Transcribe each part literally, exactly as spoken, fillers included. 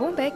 Bon Bec,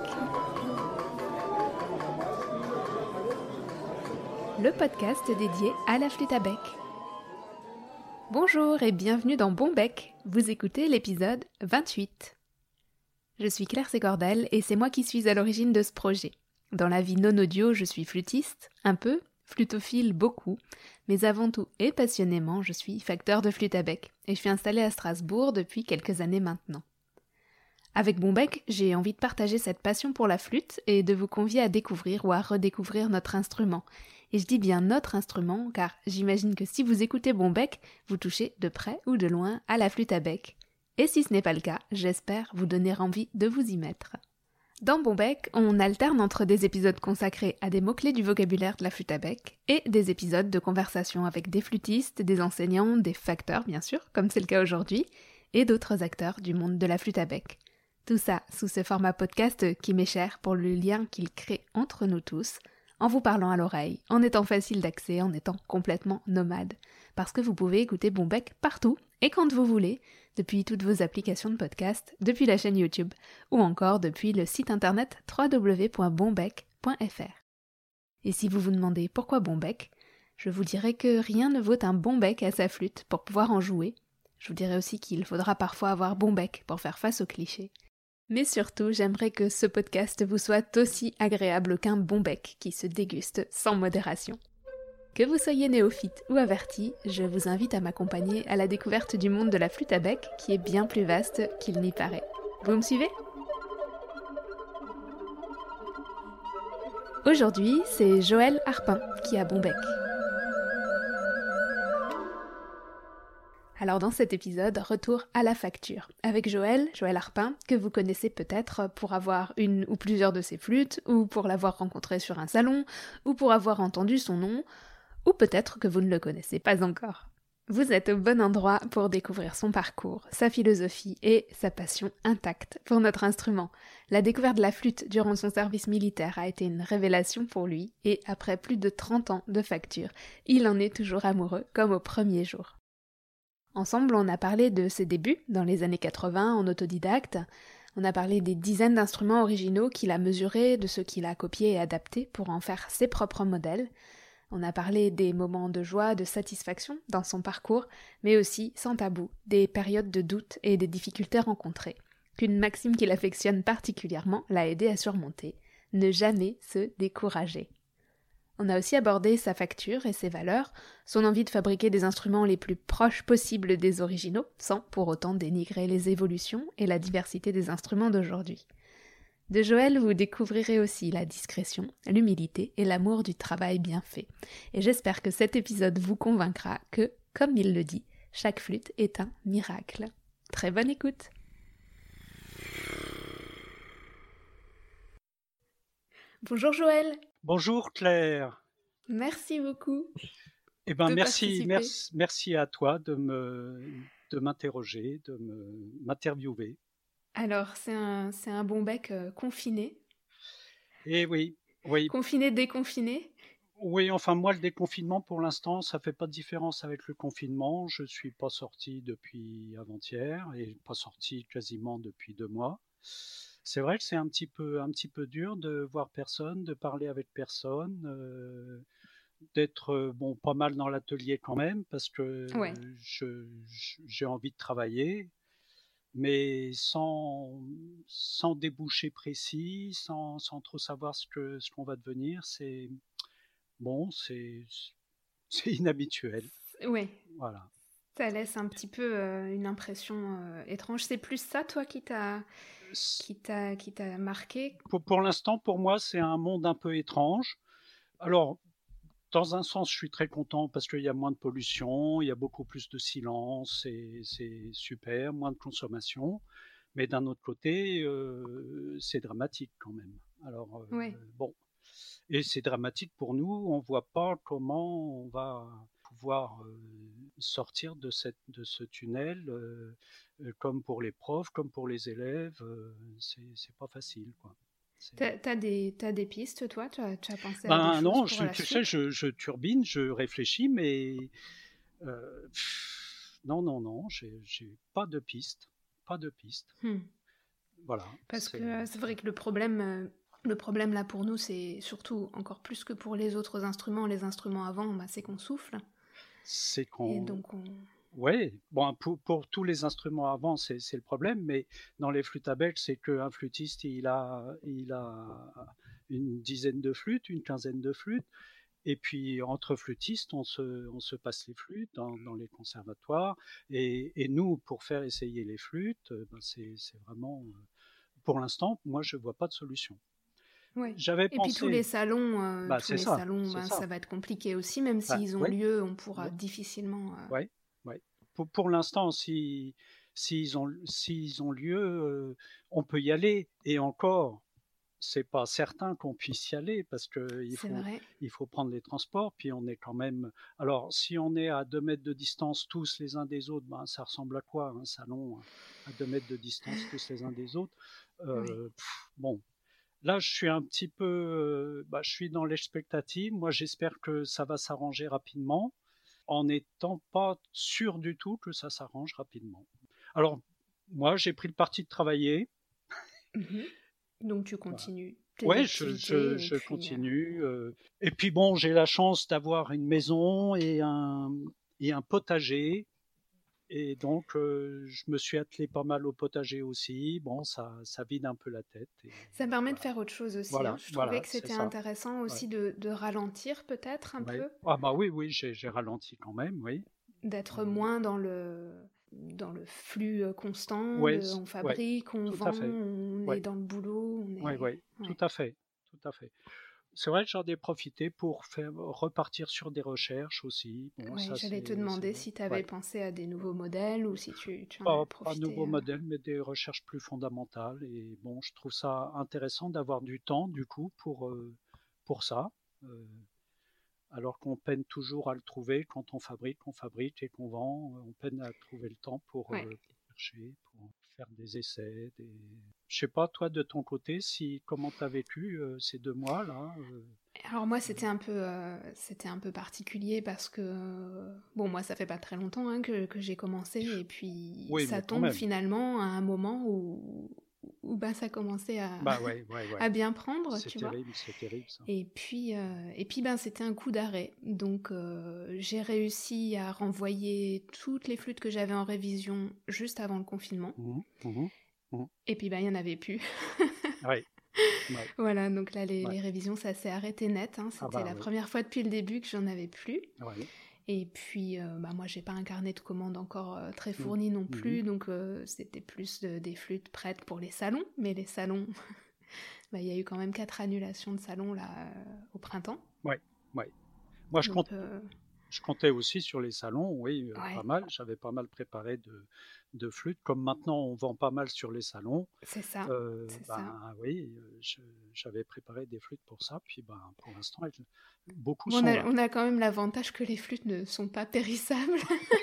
le podcast dédié à la flûte à bec. Bonjour et bienvenue dans Bon Bec, vous écoutez l'épisode vingt-huit. Je suis Claire Ségordel et c'est moi qui suis à l'origine de ce projet. Dans la vie non audio, je suis flûtiste, un peu, flutophile beaucoup, mais avant tout et passionnément, je suis facteur de flûte à bec et je suis installée à Strasbourg depuis quelques années maintenant. Avec Bon Bec, j'ai envie de partager cette passion pour la flûte et de vous convier à découvrir ou à redécouvrir notre instrument. Et je dis bien notre instrument, car j'imagine que si vous écoutez Bon Bec, vous touchez de près ou de loin à la flûte à bec. Et si ce n'est pas le cas, j'espère vous donner envie de vous y mettre. Dans Bon Bec, on alterne entre des épisodes consacrés à des mots-clés du vocabulaire de la flûte à bec et des épisodes de conversation avec des flûtistes, des enseignants, des facteurs bien sûr, comme c'est le cas aujourd'hui, et d'autres acteurs du monde de la flûte à bec. Tout ça sous ce format podcast qui m'est cher pour le lien qu'il crée entre nous tous, en vous parlant à l'oreille, en étant facile d'accès, en étant complètement nomade. Parce que vous pouvez écouter Bon Bec partout et quand vous voulez, depuis toutes vos applications de podcast, depuis la chaîne YouTube, ou encore depuis le site internet w w w point bon bec point f r. Et si vous vous demandez pourquoi Bon Bec, je vous dirai que rien ne vaut un bon bec à sa flûte pour pouvoir en jouer. Je vous dirai aussi qu'il faudra parfois avoir bon bec pour faire face aux clichés. Mais surtout, j'aimerais que ce podcast vous soit aussi agréable qu'un bon bec qui se déguste sans modération. Que vous soyez néophyte ou averti, je vous invite à m'accompagner à la découverte du monde de la flûte à bec qui est bien plus vaste qu'il n'y paraît. Vous me suivez ? Aujourd'hui, c'est Joël Harpin qui a Bon Bec. Alors dans cet épisode, retour à la facture, avec Joël, Joël Harpin, que vous connaissez peut-être pour avoir une ou plusieurs de ses flûtes, ou pour l'avoir rencontré sur un salon, ou pour avoir entendu son nom, ou peut-être que vous ne le connaissez pas encore. Vous êtes au bon endroit pour découvrir son parcours, sa philosophie et sa passion intacte pour notre instrument. La découverte de la flûte durant son service militaire a été une révélation pour lui, et après plus de trente ans de facture, il en est toujours amoureux comme au premier jour. Ensemble, on a parlé de ses débuts, dans les années quatre-vingts, en autodidacte. On a parlé des dizaines d'instruments originaux qu'il a mesurés, de ceux qu'il a copiés et adaptés pour en faire ses propres modèles. On a parlé des moments de joie, de satisfaction dans son parcours, mais aussi, sans tabou, des périodes de doute et des difficultés rencontrées, qu'une maxime qu'il affectionne particulièrement l'a aidé à surmonter. Ne jamais se décourager. On a aussi abordé sa facture et ses valeurs, son envie de fabriquer des instruments les plus proches possibles des originaux, sans pour autant dénigrer les évolutions et la diversité des instruments d'aujourd'hui. De Joël, vous découvrirez aussi la discrétion, l'humilité et l'amour du travail bien fait. Et j'espère que cet épisode vous convaincra que, comme il le dit, chaque flûte est un miracle. Très bonne écoute! Bonjour Joël! Bonjour Claire. Merci beaucoup. Eh ben de merci, participer. merci, merci à toi de me, de m'interroger, de me, m'interviewer. Alors, c'est un, c'est un bon bec euh, confiné. Eh oui, oui, Confiné, déconfiné. oui. Enfin moi le déconfinement pour l'instant ça fait pas de différence avec le confinement. Je suis pas sorti depuis avant-hier et pas sorti quasiment depuis deux mois. C'est vrai que c'est un petit peu, un petit peu dur de voir personne, de parler avec personne. Euh, d'être euh, bon pas mal dans l'atelier quand même parce que Ouais. je, je- j'ai envie de travailler mais sans sans débouché précis, sans, sans trop savoir ce que ce qu'on va devenir. C'est bon, c'est c'est inhabituel, Ouais. voilà. Ça laisse un petit peu euh, une impression euh, étrange. C'est plus ça, toi, qui t'a, qui t'a, qui t'a marqué? pour, pour l'instant pour moi c'est un monde un peu étrange. Alors dans un sens, je suis très content parce qu'il y a moins de pollution, il y a beaucoup plus de silence, et c'est super, moins de consommation. Mais d'un autre côté, euh, c'est dramatique quand même. Alors, euh, Ouais. bon. Et c'est dramatique pour nous, on ne voit pas comment on va pouvoir euh, sortir de, cette, de ce tunnel, euh, euh, comme pour les profs, comme pour les élèves, euh, c'est, c'est pas facile, quoi. C'est... T'as, t'as des, t'as des pistes, toi? Tu as, tu as pensé à des Ben choses non, pour je, la tu sais, suite? je, je turbine, je réfléchis, mais euh, pff, non, non, non, j'ai, j'ai pas de piste, pas de piste. Hmm. voilà. Parce que C'est, euh, c'est vrai que le problème, euh, le problème là pour nous, c'est surtout encore plus que pour les autres instruments. Les instruments avant, bah, c'est qu'on souffle. c'est Et qu'on, donc on... ouais, bon, pour, pour tous les instruments avant, c'est, c'est le problème, mais dans les flûtes à bec, c'est qu'un flûtiste, il a, il a une dizaine de flûtes, une quinzaine de flûtes, et puis entre flûtistes, on se, on se passe les flûtes dans, dans les conservatoires, et, et nous, pour faire essayer les flûtes, ben c'est, c'est vraiment, pour l'instant, moi, je vois pas de solution. Ouais. J'avais Et puis tous les pensé, salons, euh, bah tous c'est les ça, salons, c'est bah, ça, ça va être compliqué aussi, même bah, s'ils ont oui, lieu, on pourra oui. difficilement. euh, Ouais, ouais. Pour, pour l'instant, si, s'ils ont, s'ils ont lieu, euh, on peut y aller. Et encore, c'est pas certain qu'on puisse y aller parce que il C'est faut, vrai. il faut prendre les transports. Puis on est quand même. Alors, si on est à deux mètres de distance tous les uns des autres, ben, ça ressemble à quoi un salon hein, à deux mètres de distance tous les uns des autres Ouais. Euh, pff, Bon, là, je suis un petit peu, euh, bah, je suis dans l'expectative. Moi, j'espère que ça va s'arranger rapidement en n'étant pas sûr du tout que ça s'arrange rapidement. Alors, moi, j'ai pris le parti de travailler. Mhm. Donc tu Voilà. continues tes Ouais, je, je, activités et je puis... euh, continue. euh. Et puis bon, j'ai la chance d'avoir une maison et un, et un potager. Et donc, euh, je me suis attelé pas mal au potager aussi. Bon, ça, ça vide un peu la tête. Et Ça permet de voilà, faire autre chose aussi, hein. voilà, Je trouvais voilà, que c'est c'était ça. intéressant Ouais, aussi de, de ralentir peut-être un ouais. peu, Ah bah oui, oui, j'ai, j'ai ralenti quand même, oui. d'être Euh, moins dans le, dans le flux euh, constant, ouais, de, on ouais, fabrique, on tout vend, à fait. on est Ouais, dans le boulot, on ouais, est... ouais, tout Ouais. à fait, tout à fait. C'est vrai que j'en ai profité pour faire repartir sur des recherches aussi. Bon, Ouais, ça j'allais te c'est, c'est demander vrai. si tu avais Ouais. pensé à des nouveaux modèles ou si tu, tu en avais Pas, pas profité. nouveau euh. modèle, mais des recherches plus fondamentales. Et bon, je trouve ça intéressant d'avoir du temps, du coup, pour, euh, pour ça. Euh, alors qu'on peine toujours à le trouver quand on fabrique, on fabrique et qu'on vend. On peine à trouver le temps pour, Ouais. euh, pour chercher, pour faire des essais. Des... Je sais pas, toi, de ton côté, si comment tu as vécu euh, ces deux mois-là euh, Alors moi c'était un peu euh, c'était un peu particulier parce que euh, bon moi ça fait pas très longtemps hein, que, que j'ai commencé et puis Oui, ça mais quand tombe même. finalement à un moment où où ben ça commençait à, Bah ouais, ouais, ouais. à bien prendre C'est tu vois terrible, c'est terrible ça. et puis euh, et puis ben c'était un coup d'arrêt donc euh, j'ai réussi à renvoyer toutes les flûtes que j'avais en révision juste avant le confinement Mhm, mhm, mhm. et puis ben il y en avait plus. Ouais, ouais, Voilà, donc là, les, ouais. les révisions, ça s'est arrêté net, hein. Ah C'était bah la oui, première fois depuis le début que j'en avais plus. ouais. Et puis, euh, bah, moi, j'ai pas un carnet de commandes encore euh, très Mhm, fourni non mhm. plus, donc euh, c'était plus de- des flûtes prêtes pour les salons. Mais les salons, bah, il y a eu quand même quatre annulations de salons là euh, au printemps. Ouais, ouais. Moi, je Donc, compte, euh, je comptais aussi sur les salons, oui, euh, pas ouais, mal. J'avais pas mal préparé de, de flûtes. Comme maintenant, on vend pas mal sur les salons. c'est ça, Euh, c'est ça. ben oui, euh, je- j'avais préparé des flûtes pour ça. Puis ben, pour l'instant, elles- beaucoup Bon, on sont a, là. on a quand même l'avantage que les flûtes ne sont pas périssables.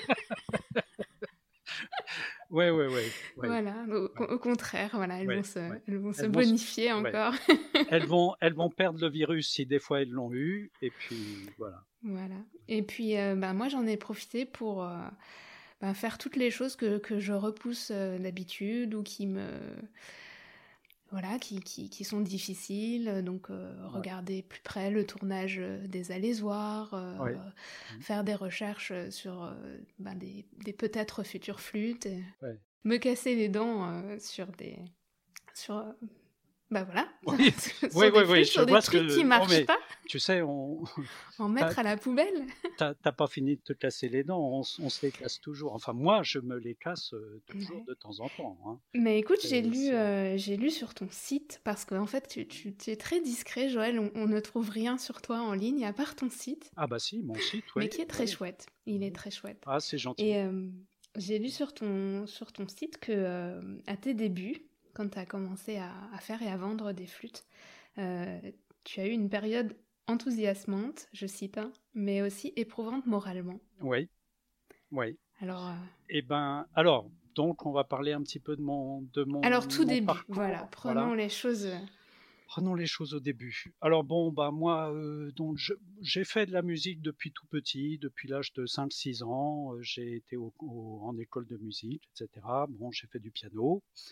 Ouais, ouais, ouais, ouais, Voilà, au, ouais, au contraire, voilà, elles vont ouais, se, ouais. elles vont se Elles vont, se- bonifier ouais. encore. Elles vont, elles vont perdre le virus si des fois elles l'ont eu. Et puis voilà. Voilà. Et puis, euh, bah, moi, j'en ai profité pour euh, bah, faire toutes les choses que, que je repousse euh, d'habitude ou qui me... Voilà, qui, qui, qui sont difficiles. Donc, euh, Ouais, regarder plus près le tournage euh, des alésoirs, euh, ouais. faire des recherches sur euh, bah, des, des peut-être futures flûtes, et Ouais. me casser les dents euh, sur des... Sur, euh, bah voilà, Oui, oui, sur oui, des oui, flûtes, je sur des vois ce trucs qui que. Oh, marchent mais pas, tu sais, on. en T'as, mettre à la poubelle. t'as- t'as pas fini de te casser les dents, on, s- on se les casse toujours. Enfin, moi, je me les casse euh, toujours Ouais. de temps en temps. Hein. Mais écoute, j'ai C'est, lu, c'est- euh, j'ai lu sur ton site, parce qu'en fait, tu, tu- tu es très discret, Joël, on, on ne trouve rien sur toi en ligne, à part ton site, Ah, bah si, mon site, mais oui, qui est très oui, chouette. Il est oui. très chouette. Ah, c'est gentil. Et euh, j'ai lu sur ton, sur ton site que, euh, à tes débuts, quand tu as commencé à, à faire et à vendre des flûtes, euh, tu as eu une période enthousiasmante, je cite, hein, mais aussi éprouvante moralement. Oui, oui. Alors, euh, Eh ben, alors, donc, on va parler un petit peu de mon, de mon, alors tout mon début, voilà, parcours. prenons Voilà. les choses... euh, Prenons les choses au début. Alors bon, bah moi, euh, donc je- j'ai fait de la musique depuis tout petit, depuis l'âge de cinq six ans. Euh, J'ai été au- au- en école de musique, et cetera. Bon, j'ai fait du piano.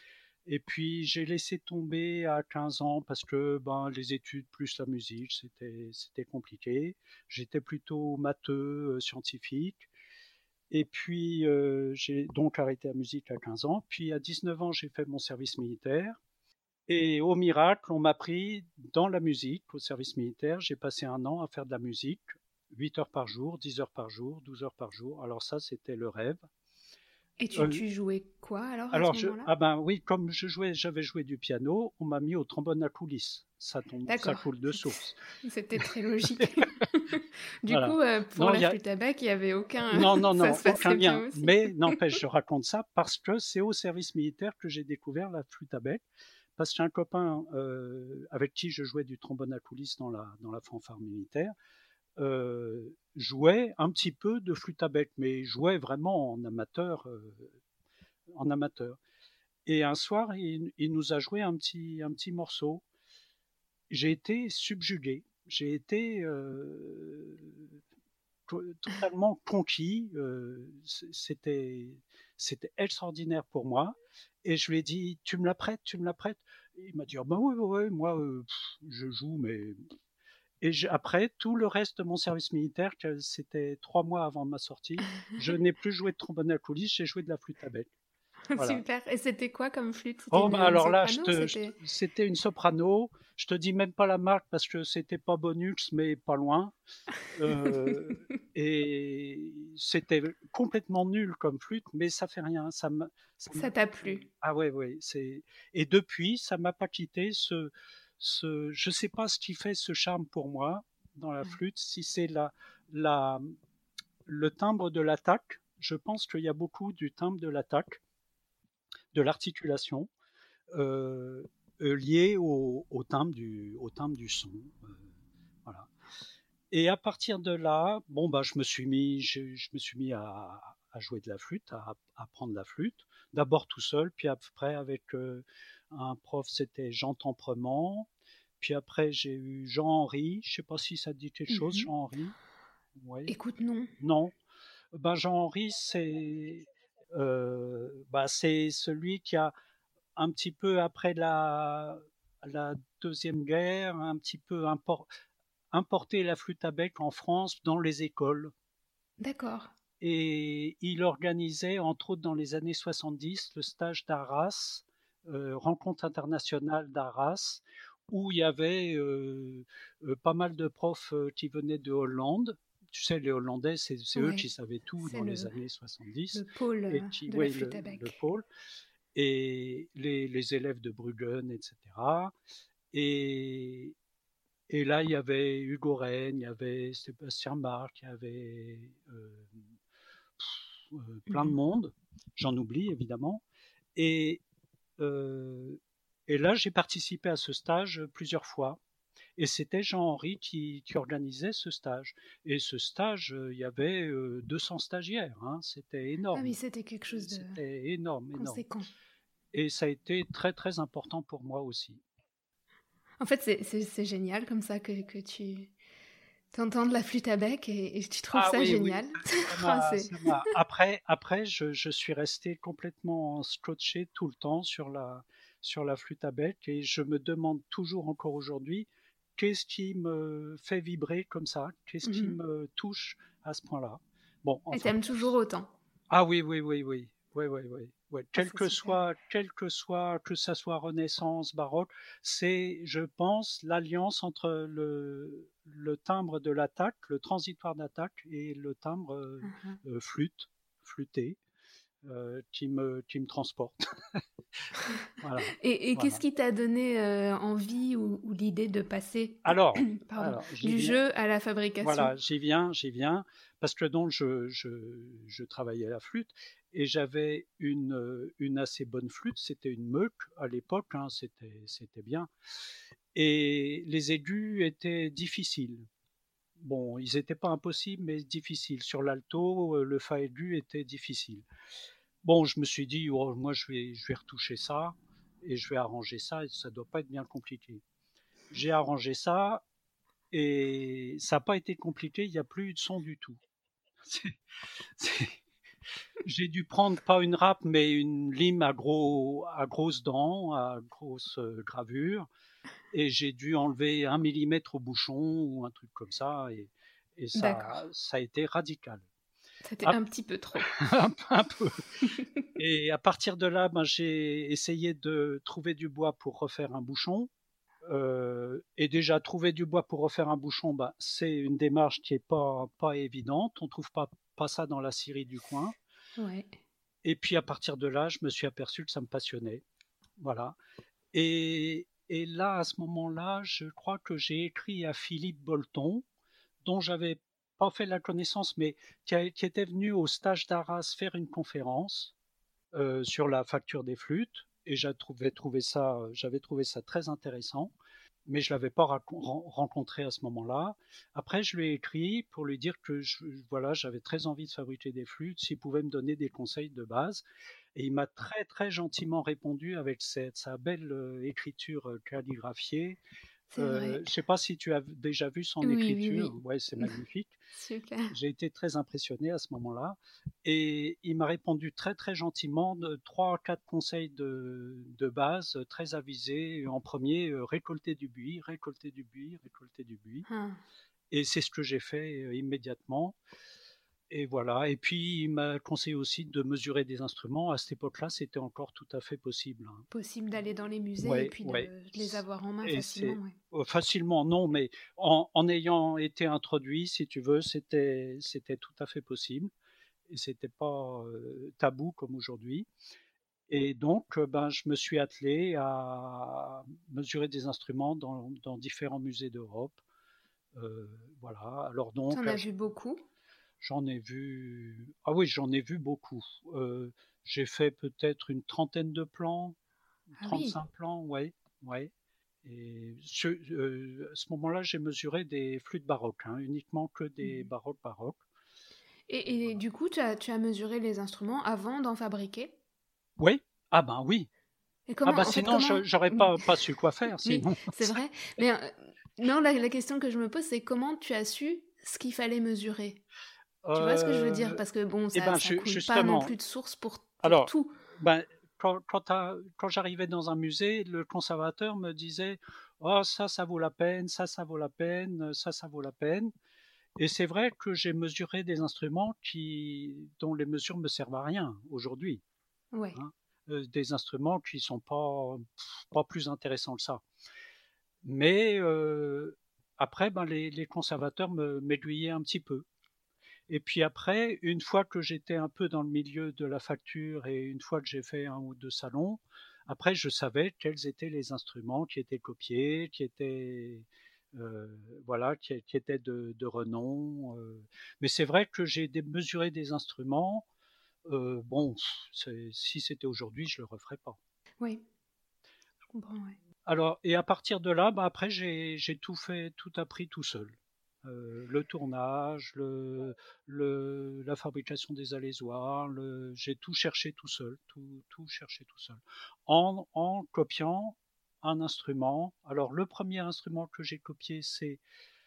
Et puis j'ai laissé tomber à quinze ans parce que ben, les études plus la musique, c'était, c'était compliqué. J'étais plutôt matheux, euh, scientifique. Et puis euh, j'ai donc arrêté la musique à quinze ans. Puis à dix-neuf ans, j'ai fait mon service militaire. Et au miracle, on m'a pris dans la musique, au service militaire. J'ai passé un an à faire de la musique, huit heures par jour, dix heures par jour, douze heures par jour. Alors ça, c'était le rêve. Et tu, Euh, tu jouais quoi alors à ce alors, je, moment-là? ah ben oui, comme je jouais, j'avais joué du piano, on m'a mis au trombone à coulisses. Ça tombe, ça D'accord, coule de source. c'était très logique. Du Voilà. coup, euh, pour Non, la il y a, flûte à bec, il n'y avait aucun... non, non, ça non, se aucun passait bien lien. aussi. Mais n'empêche, je raconte ça parce que c'est au service militaire que j'ai découvert la flûte à bec. Parce que j'ai un copain euh, avec qui je jouais du trombone à coulisses dans la, dans la fanfare militaire, euh, jouait un petit peu de flûte à bec, mais jouait vraiment en amateur, euh, en amateur. Et un soir, il, il nous a joué un petit, un petit morceau. J'ai été subjugué. J'ai été euh, totalement conquis. Euh, c'était, c'était extraordinaire pour moi. Et je lui ai dit, tu me la prêtes, tu me la prêtes. Et il m'a dit, oh ben oui, oui, oui, moi, euh, pff, je joue, mais. Et je, après, tout le reste de mon service militaire, c'était trois mois avant ma sortie, je n'ai plus joué de trombone à coulisses, j'ai joué de la flûte à bec. Voilà. Super. Et c'était quoi comme flûte? C'était Oh, une, bah une alors là, je soprano? te, je C'était... te- c'était une soprano. Je te dis même pas la marque parce que c'était pas Bonux, mais pas loin. Euh, et c'était complètement nul comme flûte, mais ça fait rien. Ça me, ça me- Ça t'a plu? ah ouais, ouais. C'est et depuis, ça m'a pas quitté. Ce, ce, je sais pas ce qui fait ce charme pour moi dans la flûte. Si c'est la, la, le timbre de l'attaque, je pense qu'il y a beaucoup du timbre de l'attaque, de l'articulation euh, euh, lié au, au, timbre du, au timbre du son. Euh, voilà. Et à partir de là, bon bah je me suis mis, je, je me suis mis à, à, jouer de la flûte, à, à apprendre la flûte. D'abord tout seul, puis après avec euh, un prof, c'était Jean Temprement. Puis après j'ai eu Jean-Henri. Je sais pas si ça te dit quelque chose, Mhm. Jean-Henri. Oui. Écoute, non. Non. Ben Jean-Henri, c'est euh, bah, c'est celui qui a un petit peu après la, la Deuxième Guerre, un petit peu impor- importé la flûte à bec en France dans les écoles. D'accord. Et il organisait, entre autres dans les années soixante-dix, le stage d'Arras, euh, rencontre internationale d'Arras, où il y avait euh, euh, pas mal de profs euh, qui venaient de Hollande. Tu sais, les Hollandais, c'est, c'est eux qui Ouais. savaient tout C'est dans les le, années soixante-dix, le pôle et euh, qui, de la oui, flûte le, à le bec. pôle, et les, les élèves de Bruggen, et cetera. Et, et là, il y avait Hugo Rennes, il y avait Sébastien Bach, il y avait euh, euh, plein de Mhm. monde. J'en oublie évidemment. Et, euh, et là, j'ai participé à ce stage plusieurs fois. Et c'était Jean-Henri qui, qui organisait ce stage. Et ce stage, euh, il y avait euh, deux cents stagiaires. Hein. C'était Ah oui, énorme. c'était quelque chose de C'était énorme, énorme. conséquent. Et ça a été très, très important pour moi aussi. En fait, c'est, c'est, c'est génial comme ça que, que tu t'entends de la flûte à bec et, et tu trouves Ah ça oui, oui, génial. ça ça Ah, m'a, c'est... ça m'a. Après, après, je, je suis resté complètement scotché tout le temps sur la, sur la flûte à bec et je me demande toujours encore aujourd'hui qu'est-ce qui me fait vibrer comme ça, qu'est-ce qui Mhm. me touche à ce point-là. Bon, Et enfin, t'aimes toujours autant. ah oui, oui, oui, oui, oui, oui, oui, oui. Ah, Quel c'est que super. soit, quel que soit, que ça soit Renaissance, baroque, c'est, je pense, l'alliance entre le, le timbre de l'attaque, le transitoire d'attaque et le timbre euh, Mhm. euh, flûte, flûté, euh, qui me, qui me transporte. Voilà, Et, et qu'est-ce voilà. qui t'a donné euh, envie ou, ou l'idée de passer Alors, pardon, alors, j'y du viens. jeu à la fabrication? Voilà, j'y viens, j'y viens, parce que donc je, je, je travaillais à la flûte et j'avais une, euh, une assez bonne flûte, c'était une Moeck à l'époque, hein, c'était, c'était bien. Et les aigus étaient difficiles. Bon, ils n'étaient pas impossibles, mais difficiles. Sur l'alto, euh, le fa aigu était difficile. Bon, je me suis dit, oh, moi je vais, je vais retoucher ça et je vais arranger ça, et ça ne doit pas être bien compliqué. J'ai arrangé ça et ça n'a pas été compliqué, il n'y a plus eu de son du tout. C'est- c'est- j'ai dû prendre pas une râpe, mais une lime à gros, à grosses dents, à grosse euh, gravure, et j'ai dû enlever un millimètre au bouchon ou un truc comme ça, et, et ça, D'accord. ça a été radical. C'était Ah, un petit peu trop. un, un peu. Et à partir de là, ben, j'ai essayé de trouver du bois pour refaire un bouchon. Euh, et déjà, trouver du bois pour refaire un bouchon, ben, c'est une démarche qui n'est pas, pas évidente. On ne trouve pas, pas ça dans la scierie du coin. Ouais. Et puis à partir de là, je me suis aperçu que ça me passionnait. Voilà. Et, et là, à ce moment-là, je crois que j'ai écrit à Philippe Bolton, dont j'avais pas fait la connaissance, mais qui, a, qui était venu au stage d'Arras faire une conférence euh, sur la facture des flûtes, et j'avais trouvé ça, j'avais trouvé ça très intéressant, mais je l'avais pas rencontré à ce moment-là. Après, je lui ai écrit pour lui dire que je, voilà, j'avais très envie de fabriquer des flûtes, s'il pouvait me donner des conseils de base. Et il m'a très très gentiment répondu avec cette, sa belle euh, écriture euh, calligraphiée. C'est Euh, je vrai. ne sais pas si tu as déjà vu son Oui, oui, écriture. oui. Ouais, c'est magnifique. Super. J'ai été très impressionné à ce moment-là. Et il m'a répondu très très gentiment de trois, quatre conseils de, de base, très avisés. En premier, euh, récolter du buis, récolter du buis, récolter du buis. Ah. Et c'est ce que j'ai fait euh, immédiatement. Et voilà. Et puis, il m'a conseillé aussi de mesurer des instruments. À cette époque-là, c'était encore tout à fait possible, hein. Possible d'aller dans les musées et Ouais, puis de, ouais. de les avoir en main Et facilement. c'est Ouais. euh, facilement, non, mais en, en ayant été introduit, si tu veux, c'était c'était tout à fait possible. Et c'était pas euh, tabou comme aujourd'hui. Et donc, euh, ben, je me suis attelé à mesurer des instruments dans, dans différents musées d'Europe. Euh, voilà. Alors donc, T'en là, as vu beaucoup? j'en ai vu. Ah oui, j'en ai vu beaucoup. Euh, j'ai fait peut-être une trentaine de plans, Ah oui. trente-cinq plans, ouais, ouais. Et ce, euh, à ce moment-là, j'ai mesuré des flûtes baroques, hein, uniquement que des Mhm. baroques baroques. Et, et Voilà. du coup, tu as, tu as mesuré les instruments avant d'en fabriquer? Oui, ah ben oui. Et Ah comment, bah en fait, sinon, comment... je j'aurais Oui, pas, pas su quoi faire, oui, sinon. c'est vrai. Mais euh, non, la, la question que je me pose, c'est comment tu as su ce qu'il fallait mesurer? Tu vois ce que je veux dire? Euh, Parce que bon, eh ça, ben, ça ju- coule pas non justement, plus de source pour, pour alors, tout. ben, quand, quand, t'as- quand j'arrivais dans un musée, le conservateur me disait, oh, ça, ça vaut la peine, ça, ça vaut la peine, ça, ça vaut la peine. Et c'est vrai que j'ai mesuré des instruments qui, dont les mesures me servent à rien aujourd'hui, Ouais. hein. Euh, des instruments qui sont pas, pas plus intéressants que ça. Mais euh, après, ben, les, les conservateurs me, m'aiguillaient un petit peu. Et puis après, une fois que j'étais un peu dans le milieu de la facture et une fois que j'ai fait un ou deux salons, après je savais quels étaient les instruments qui étaient copiés, qui étaient euh, voilà, qui, qui étaient de, de renom. Euh. Mais c'est vrai que j'ai des, mesuré des instruments. Euh, bon, c'est, si c'était aujourd'hui, je le referais pas. Oui, je comprends, ouais. Alors, et à partir de là, bah, après, j'ai, j'ai tout fait, tout appris tout seul. Euh, le tournage, le, le, la fabrication des alésoirs, le, j'ai tout cherché tout seul, tout, tout cherché tout seul, en, en copiant un instrument. Alors, le premier instrument que j'ai copié, c'est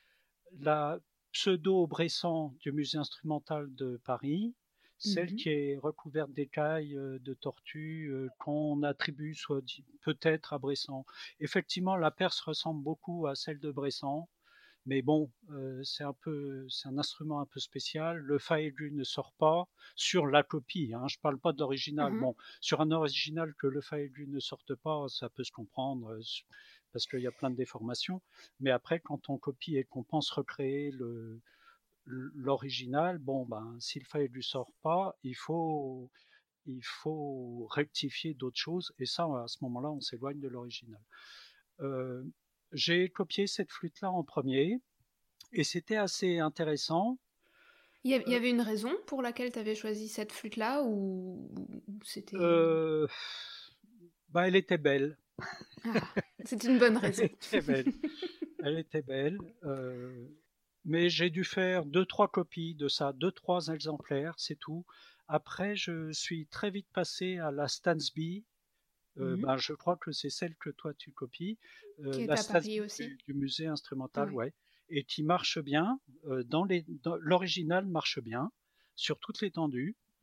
la pseudo-Bressan du musée instrumental de Paris, celle Mhm. qui est recouverte d'écailles euh, de tortue euh, qu'on attribue soit peut-être à Bressan. Effectivement, la Perse ressemble beaucoup à celle de Bressan, mais bon, euh, c'est un peu, c'est un instrument un peu spécial. Le fa aigu ne sort pas sur la copie, hein, je ne parle pas de l'original. Mhm. Bon, sur un original que le fa aigu ne sorte pas, ça peut se comprendre euh, parce qu'il y a plein de déformations. Mais après, quand on copie et qu'on pense recréer le, l'original, bon, ben, si le fa aigu sort pas, il faut, il faut rectifier d'autres choses. Et ça, à ce moment-là, on s'éloigne de l'original. Euh, j'ai copié cette flûte-là en premier et c'était assez intéressant. Il y, a- il y avait une raison pour laquelle tu avais choisi cette flûte-là ou ou c'était... Euh, bah, elle était belle. Ah, c'est une bonne Elle raison. était belle. Elle était belle. Euh, mais j'ai dû faire deux, trois copies de ça, deux, trois exemplaires, c'est tout. Après, je suis très vite passé à la Stansby. Euh, Mhm. ben, je crois que c'est celle que toi tu copies, Qui euh, est la à Paris Stansby aussi. du, du musée instrumental, Ouais. ouais, et qui marche bien. Euh, dans les, dans, l'original marche bien sur toute l'étendue.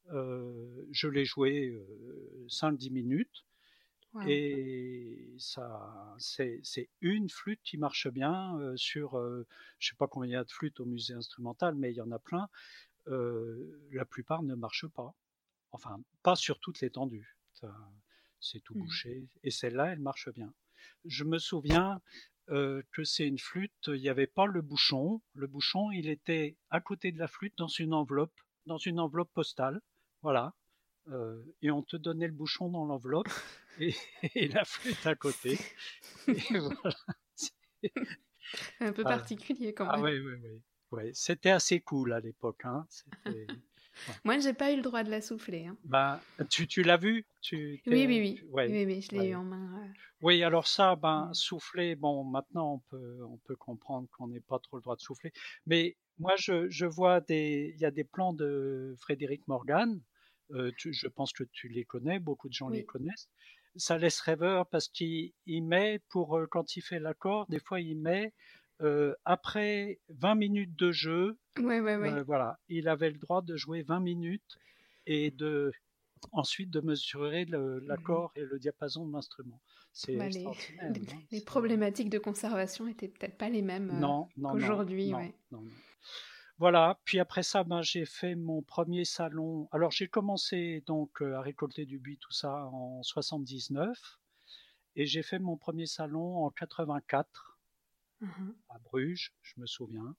Euh, je l'ai joué euh, cinq dix minutes. Wow. Et ça, c'est, c'est une flûte qui marche bien euh, sur, euh, je ne sais pas combien il y a de flûtes au musée instrumental, mais il y en a plein. Euh, la plupart ne marchent pas. Enfin, pas sur toute l'étendue. Ça, c'est tout Mm. bouché. Et celle-là, elle marche bien. Je me souviens euh, que c'est une flûte, il n'y avait pas le bouchon. Le bouchon, il était à côté de la flûte dans une enveloppe, dans une enveloppe postale. Voilà. Euh, et on te donnait le bouchon dans l'enveloppe et, et la flûte à côté. Et voilà. C'est un peu ah, particulier quand ah même. oui, oui, oui. Ouais, c'était assez cool à l'époque. Hein. C'était, ouais. Moi, j'ai pas eu le droit de la souffler. Hein. Ben, tu, tu l'as vu tu, Oui, oui, tu, oui. ouais, Oui, oui, je l'ai eu ouais. en main. euh. Oui, alors ça, ben, Mm. souffler, bon, maintenant on peut, on peut comprendre qu'on n'ait pas trop le droit de souffler. Mais moi, je, je vois des, il y a des plans de Frédéric Morgan. Euh, tu- je pense que tu les connais, beaucoup de gens les Oui. connaissent. Ça laisse rêveur parce qu'il il met, pour euh, quand il fait l'accord, des fois il met euh, après vingt minutes de jeu, Ouais, ouais, ouais. euh, voilà, il avait le droit de jouer vingt minutes et de ensuite de mesurer le- Mhm. l'accord et le diapason de l'instrument. C'est Bah, les, extraordinaire. les, Hein, les c'est- problématiques de conservation étaient peut-être pas les mêmes euh, Non, non, non, qu'aujourd'hui, non, ouais. non, non. Voilà, puis après ça, ben, j'ai fait mon premier salon. Alors j'ai commencé donc euh, à récolter du buis, tout ça en soixante-dix-neuf, et j'ai fait mon premier salon en quatre-vingt-quatre Mhm. à Bruges, je me souviens.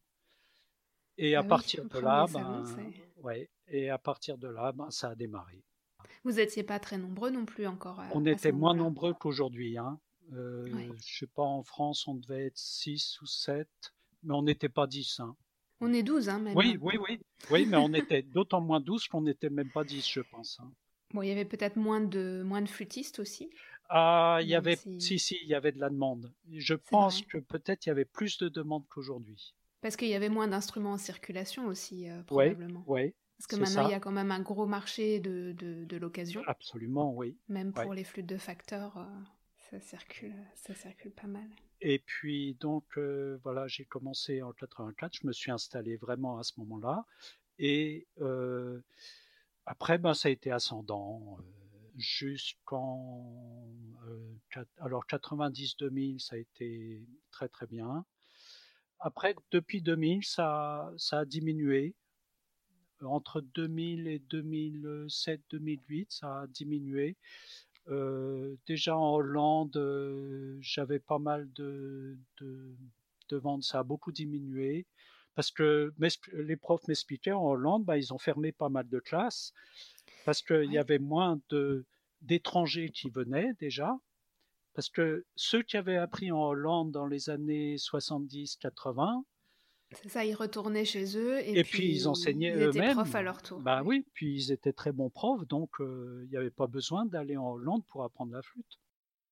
Et à Ah oui, partir le de premier là, salon, ben, c'est... ouais, et à partir de là, ben, ça a démarré. Vous étiez pas très nombreux non plus encore à, On à ce était moins moment-là. nombreux qu'aujourd'hui, hein. Ouais. Euh, je sais pas, en France, on devait être six ou sept, mais on n'était pas dix, hein. On est douze, hein, même Oui, maintenant. oui, oui. Oui, mais on était d'autant moins douze qu'on n'était même pas dix, je pense, hein. Bon, il y avait peut-être moins de, moins de flûtistes aussi, Ah, il y même avait, si, si... si, il y avait de la demande. Je C'est pense vrai. que peut-être il y avait plus de demandes qu'aujourd'hui. Parce qu'il y avait moins d'instruments en circulation aussi, euh, Oui, probablement. oui, Parce que c'est maintenant, il y ça. a quand même un gros marché de, de, de l'occasion. Absolument, oui. Même Ouais. pour les flûtes de facteur, euh, ça circule, ça circule pas mal. Et puis, donc, euh, voilà, j'ai commencé en quatre-vingt-quatre, je me suis installé vraiment à ce moment-là. Et euh, après, ben, ça a été ascendant euh, jusqu'en euh, quat- alors quatre-vingt-dix-deux mille, ça a été très très bien. Après, depuis deux mille, ça, ça a diminué. Entre deux mille et deux mille sept, deux mille huit, ça a diminué. Euh, déjà en Hollande, euh, j'avais pas mal de, de, de ventes, ça a beaucoup diminué. Parce que les profs m'expliquaient en Hollande, bah, ils ont fermé pas mal de classes parce qu'il y Ouais. avait moins de, d'étrangers qui venaient déjà. Parce que ceux qui avaient appris en Hollande dans les années soixante-dix quatre-vingts, C'est ça, ils retournaient chez eux et et puis puis ils enseignaient ils étaient profs à eux-mêmes, leur tour. bah Ouais. oui, puis ils étaient très bons profs, donc euh, il n'y avait pas besoin d'aller en Hollande pour apprendre la flûte.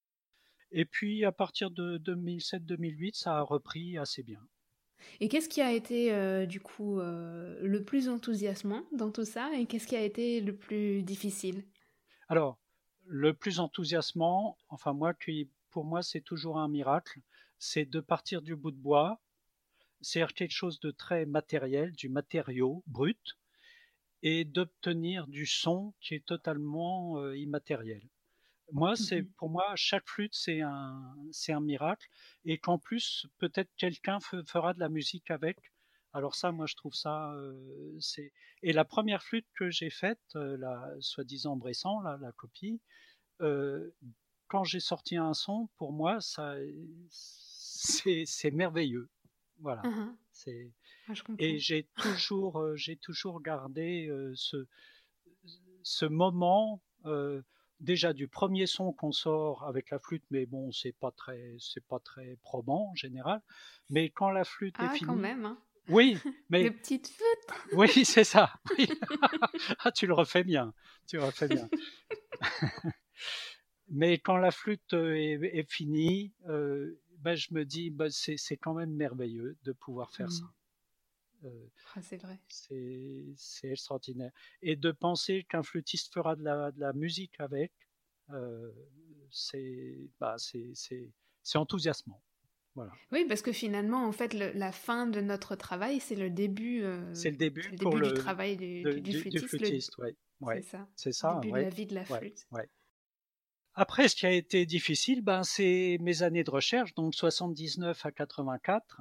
Et puis à partir de deux mille sept deux mille huit, ça a repris assez bien. Et qu'est-ce qui a été euh, du coup euh, le plus enthousiasmant dans tout ça et qu'est-ce qui a été le plus difficile? Alors, le plus enthousiasmant, enfin moi, qui, pour moi, c'est toujours un miracle, c'est de partir du bout de bois, c'est quelque chose de très matériel, du matériau brut, et d'obtenir du son qui est totalement euh, immatériel. Moi, c'est Mhm. pour moi, chaque flûte, c'est un, c'est un miracle, et qu'en plus, peut-être quelqu'un fe- fera de la musique avec. Alors ça, moi, je trouve ça, euh, c'est. Et la première flûte que j'ai faite, euh, la soi-disant Bressan, là, la copie, euh, quand j'ai sorti un son, pour moi, ça, c'est, c'est merveilleux. Voilà. Mhm. C'est. Ah, je Et comprends. j'ai toujours, euh, j'ai toujours gardé euh, ce, ce moment euh, déjà du premier son qu'on sort avec la flûte, mais bon, c'est pas très, c'est pas très probant en général. Mais quand la flûte est Ah, quand finie, même, hein. oui, De mais petites flûtes. oui, c'est ça. Oui. Ah, tu le refais bien, tu le refais bien. Mais quand la flûte est, est finie, euh, ben, je me dis, ben, c'est, c'est quand même merveilleux de pouvoir faire ça. Mhm. Euh, Ah, c'est vrai. c'est, c'est extraordinaire. Et de penser qu'un flûtiste fera de la, de la musique avec, euh, c'est, bah, c'est, c'est, c'est enthousiasmant. Voilà. Oui, parce que finalement, en fait, le- la fin de notre travail, c'est le début, C'est euh, le c'est début le pour début du le travail du, de, du, du du, du flûtiste. Le, flûtiste, ouais. ouais, c'est ça. c'est ça, Début de ouais, la vie de la ouais, flûte. ouais. Après, ce qui a été difficile, ben, c'est mes années de recherche, donc soixante-dix-neuf à quatre-vingt-quatre.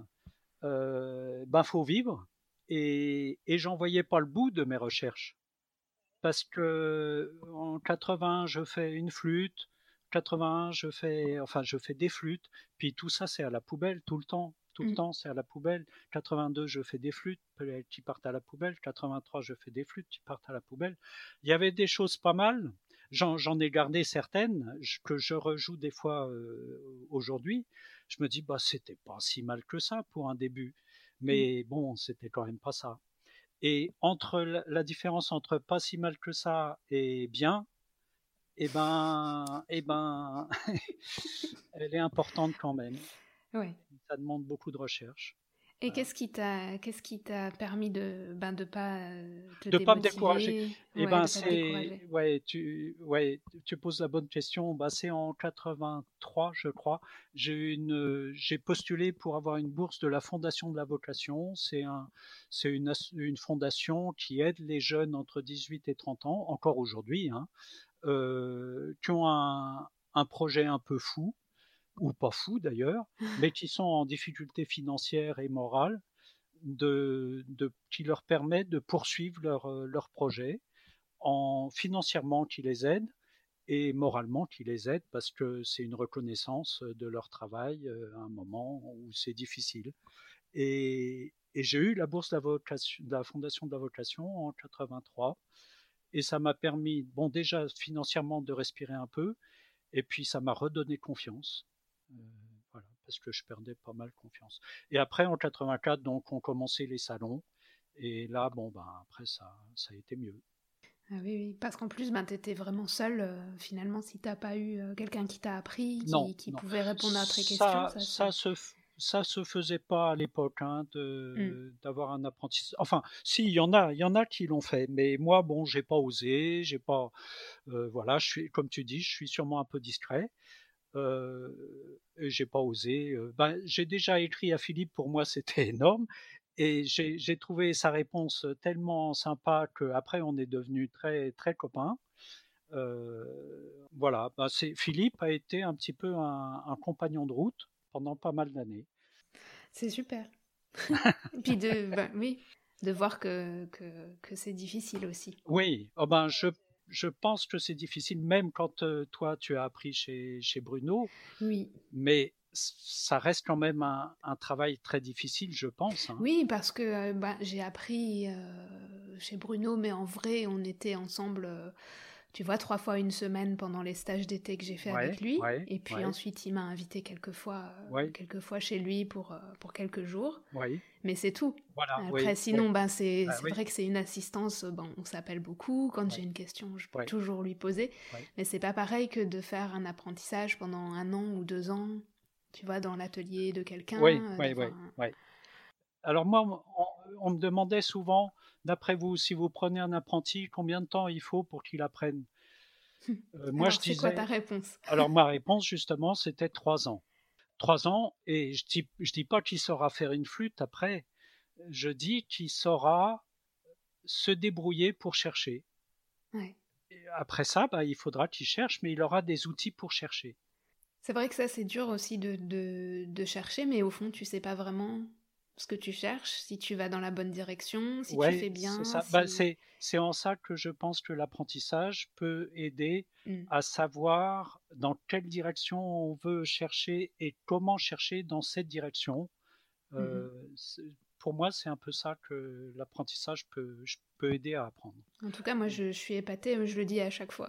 Euh, ben, faut vivre, et, et j'en voyais pas le bout de mes recherches. Parce que en quatre-vingts, je fais une flûte, quatre-vingt-un, je fais, enfin, je fais des flûtes, puis tout ça, c'est à la poubelle tout le temps. Tout le Mm. temps, c'est à la poubelle. quatre-vingt-deux, je fais des flûtes qui partent à la poubelle. quatre-vingt-trois, je fais des flûtes qui partent à la poubelle. Il y avait des choses pas mal. J'en, j'en ai gardé certaines que je rejoue des fois euh, aujourd'hui. Je me dis, bah, c'était pas si mal que ça pour un début. Mais bon, c'était quand même pas ça. Et entre la, la différence entre pas si mal que ça et bien, eh ben, eh ben, elle est importante quand même. Ouais. Ça demande beaucoup de recherche. Et Voilà. qu'est-ce qui t'a, qu'est-ce qui t'a permis de, ben, de pas euh, te De pas me décourager. démotiver, Eh ouais, ben, de pas te c'est, décourager. ouais, tu, ouais, tu poses la bonne question. Bah, c'est en quatre-vingt-trois, je crois. J'ai une, j'ai postulé pour avoir une bourse de la Fondation de la Vocation. C'est un, c'est une, une fondation qui aide les jeunes entre dix-huit et trente ans, encore aujourd'hui, hein, euh, qui ont un, un projet un peu fou, ou pas fou d'ailleurs, mais qui sont en difficulté financière et morale, de, de, qui leur permet de poursuivre leur, leur projet, en financièrement qui les aide et moralement qui les aide, parce que c'est une reconnaissance de leur travail à un moment où c'est difficile. Et, et j'ai eu la bourse de la, vocation, de la Fondation de la Vocation en quatre-vingt-trois, et ça m'a permis, bon, déjà financièrement de respirer un peu, et puis ça m'a redonné confiance. Euh, voilà, parce que je perdais pas mal confiance. Et après, en quatre-vingt-quatre, donc, on commençait les salons. Et là, bon, ben, après, ça, ça a été mieux. Ah oui, oui, parce qu'en plus, ben, t'étais vraiment seule, euh, finalement, si t'as pas eu euh, quelqu'un qui t'a appris, Non, qui, qui non. pouvait répondre à tes questions, Ça, ça ça c'est... se, ça se faisait pas à l'époque, hein, Mm. de, d'avoir un apprentissage. Enfin, si, il y en a, il y en a qui l'ont fait, mais moi, bon, j'ai pas osé, j'ai pas, euh, voilà, je suis, comme tu dis, je suis sûrement un peu discret. Euh, et j'ai pas osé. Euh, ben, j'ai déjà écrit à Philippe, pour moi c'était énorme, et j'ai, j'ai trouvé sa réponse tellement sympa qu'après on est devenus très très copains. Euh, voilà, ben, c'est, Philippe a été un petit peu un, un compagnon de route pendant pas mal d'années. C'est super. Et puis de, ben, oui, de voir que, que, que c'est difficile aussi. Oui, oh ben je, je pense que c'est difficile, même quand euh, toi tu as appris chez, chez Bruno, Oui. mais ça reste quand même un, un travail très difficile, je pense. Hein. Oui, parce que euh, ben, j'ai appris euh, chez Bruno, mais en vrai, on était ensemble, euh, tu vois, trois fois une semaine pendant les stages d'été que j'ai fait avec Ouais, lui. ouais, Et puis ouais, ensuite, il m'a invité quelques fois, euh, ouais, quelques fois chez lui pour, euh, pour quelques jours. ouais. Mais c'est tout. Voilà, Après, oui, oui, sinon, ben, c'est bah c'est oui, vrai que c'est une assistance. Ben, on s'appelle beaucoup. Quand j'ai ouais, une question, je peux ouais, toujours lui poser. ouais. Mais c'est pas pareil que de faire un apprentissage pendant un an ou deux ans, tu vois, dans l'atelier de Oui, quelqu'un, euh, oui, d'avoir oui, un... oui. Alors moi, on, on me demandait souvent, d'après vous, si vous prenez un apprenti, combien de temps il faut pour qu'il apprenne? Euh, Moi, je Alors, c'est quoi ta disais, réponse? alors ma réponse, justement, c'était trois ans. Trois ans, et je dis, je dis pas qu'il saura faire une flûte après, je dis qu'il saura se débrouiller pour chercher. Ouais. Et après ça, bah, il faudra qu'il cherche, mais il aura des outils pour chercher. C'est vrai que ça, c'est dur aussi de, de, de chercher, mais au fond, tu sais pas vraiment ce que tu cherches, si tu vas dans la bonne direction, si tu Ouais, fais c'est bien, ça. Bah, si... c'est, c'est en ça que je pense que l'apprentissage peut aider Mm. à savoir dans quelle direction on veut chercher et comment chercher dans cette direction. Mhm. Euh, pour moi, c'est un peu ça que l'apprentissage peut, peut aider à apprendre. En tout cas, moi, je, je suis épatée, je le dis à chaque fois,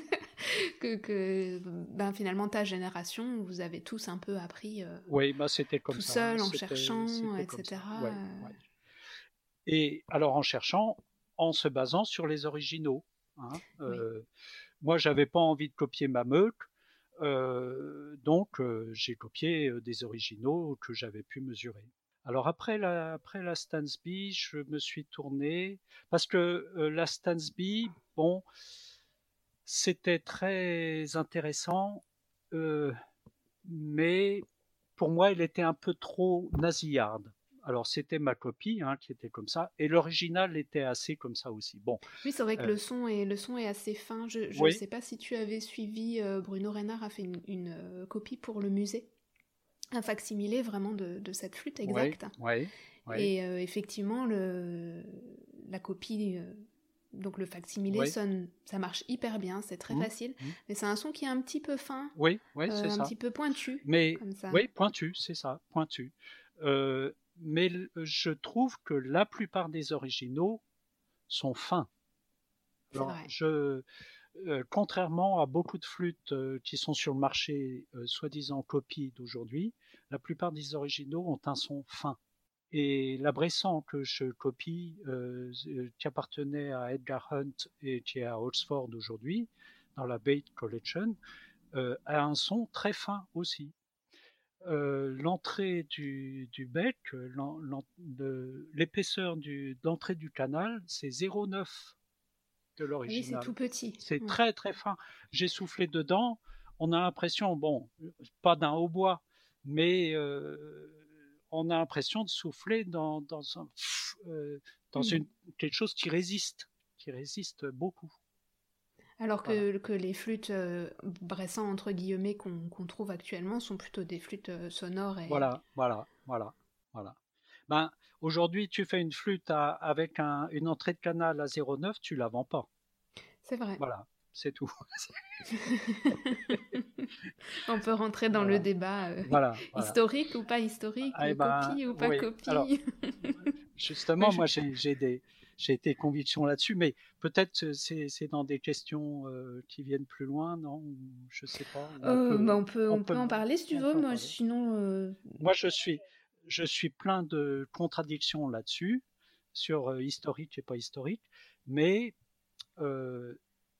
que, que ben, finalement, ta génération, vous avez tous un peu appris euh, Oui, bah, c'était comme tout ça. Hein. seul, en C'était, cherchant, c'était comme ça. et cetera Ouais, euh. ouais. Et alors en cherchant, en se basant sur les originaux. Hein. Oui. Euh, moi, j'avais pas envie de copier ma meute, euh, donc euh, j'ai copié euh, des originaux que j'avais pu mesurer. Alors après la, après la Stansby, je me suis tourné parce que euh, la Stansby, bon, c'était très intéressant, euh, mais pour moi, elle était un peu trop nasillarde. Alors c'était ma copie hein, qui était comme ça, et l'original était assez comme ça aussi. Bon. Oui, c'est vrai que Euh, le son est, le son est assez fin. Je ne oui, sais pas si tu avais suivi, euh, Bruno Reynard a fait une, une, euh, copie pour le musée. Un facsimilé vraiment de, de cette flûte oui, exacte. oui, oui, Et euh, effectivement, le, la copie, euh, donc le facsimilé oui. sonne, ça marche hyper bien, c'est très Hum, facile, hum. mais c'est un son qui est un petit peu fin, Oui, oui, euh, c'est un ça. petit peu pointu, Mais comme ça. oui, pointu, c'est ça, pointu. Euh, mais l- je trouve que la plupart des originaux sont fins. C'est Alors, vrai. je, euh, contrairement à beaucoup de flûtes euh, qui sont sur le marché, euh, soi-disant copies d'aujourd'hui, la plupart des originaux ont un son fin. Et la Bressan que je copie, euh, euh, qui appartenait à Edgar Hunt et qui est à Oxford aujourd'hui, dans la Bate Collection, euh, a un son très fin aussi. Euh, l'entrée du, du bec, l'en- l'en- de- l'épaisseur du, d'entrée du canal, c'est zéro virgule neuf de Ah oui, c'est l'original. tout petit. C'est Ouais. très très fin. J'ai soufflé dedans, on a l'impression, bon, pas d'un hautbois, mais euh, on a l'impression de souffler dans, dans, un, euh, dans Hmm. une, quelque chose qui résiste, qui résiste beaucoup. Alors Voilà, que, que les flûtes euh, Bressan, entre guillemets, qu'on qu'on trouve actuellement, sont plutôt des flûtes euh, sonores et... voilà, voilà, voilà. voilà. Ben, aujourd'hui, tu fais une flûte à- avec un- une entrée de canal à zéro virgule neuf, tu la vends pas. C'est vrai. Voilà, c'est tout. On peut rentrer dans le voilà, débat euh, voilà, voilà. historique ou pas historique, Eh euh, ben, copie ou pas oui. Alors, copie. Mais justement, je- moi, j'ai j'ai des, j'ai des convictions là-dessus, mais peut-être c'est c'est dans des questions euh, qui viennent plus loin, non? Ou je sais pas. Ou on Euh, bah, peut, on peut, on on peut, peut en parler si tu on veux. peut en Moi, parler. sinon, euh, Moi, je suis, je suis plein de contradictions là-dessus, sur euh, historique et pas historique, mais euh,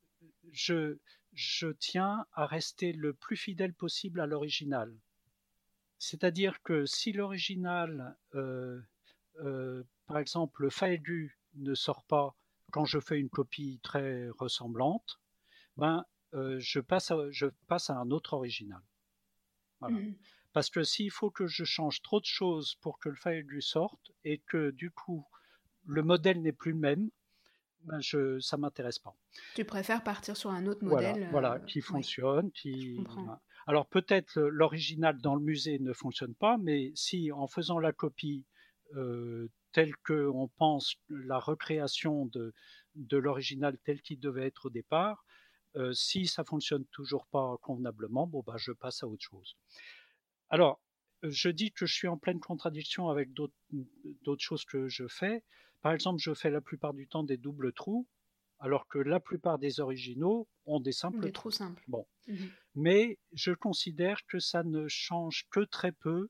je, je tiens à rester le plus fidèle possible à l'original. C'est-à-dire que si l'original, euh, euh, par exemple, le fa aigu ne sort pas quand je fais une copie très ressemblante, ben, euh, je, passe à, je passe à un autre original. Voilà. hmm. Parce que s'il faut que je change trop de choses pour que le fa aigu sorte et que du coup le modèle n'est plus le même, ben je, ça m'intéresse pas. Tu préfères partir sur un autre Voilà, modèle. voilà, Euh, qui ouais, fonctionne, je qui. comprends. Alors peut-être l'original dans le musée ne fonctionne pas, mais si en faisant la copie euh, telle que on pense la recréation de, de l'original tel qu'il devait être au départ, euh, si ça fonctionne toujours pas convenablement, bon bah je passe à autre chose. Alors, je dis que je suis en pleine contradiction avec d'autres d'autres choses que je fais. Par exemple, je fais la plupart du temps des doubles trous, alors que la plupart des originaux ont des simples Des trous trous. simples. Bon, Mhm. mais je considère que ça ne change que très peu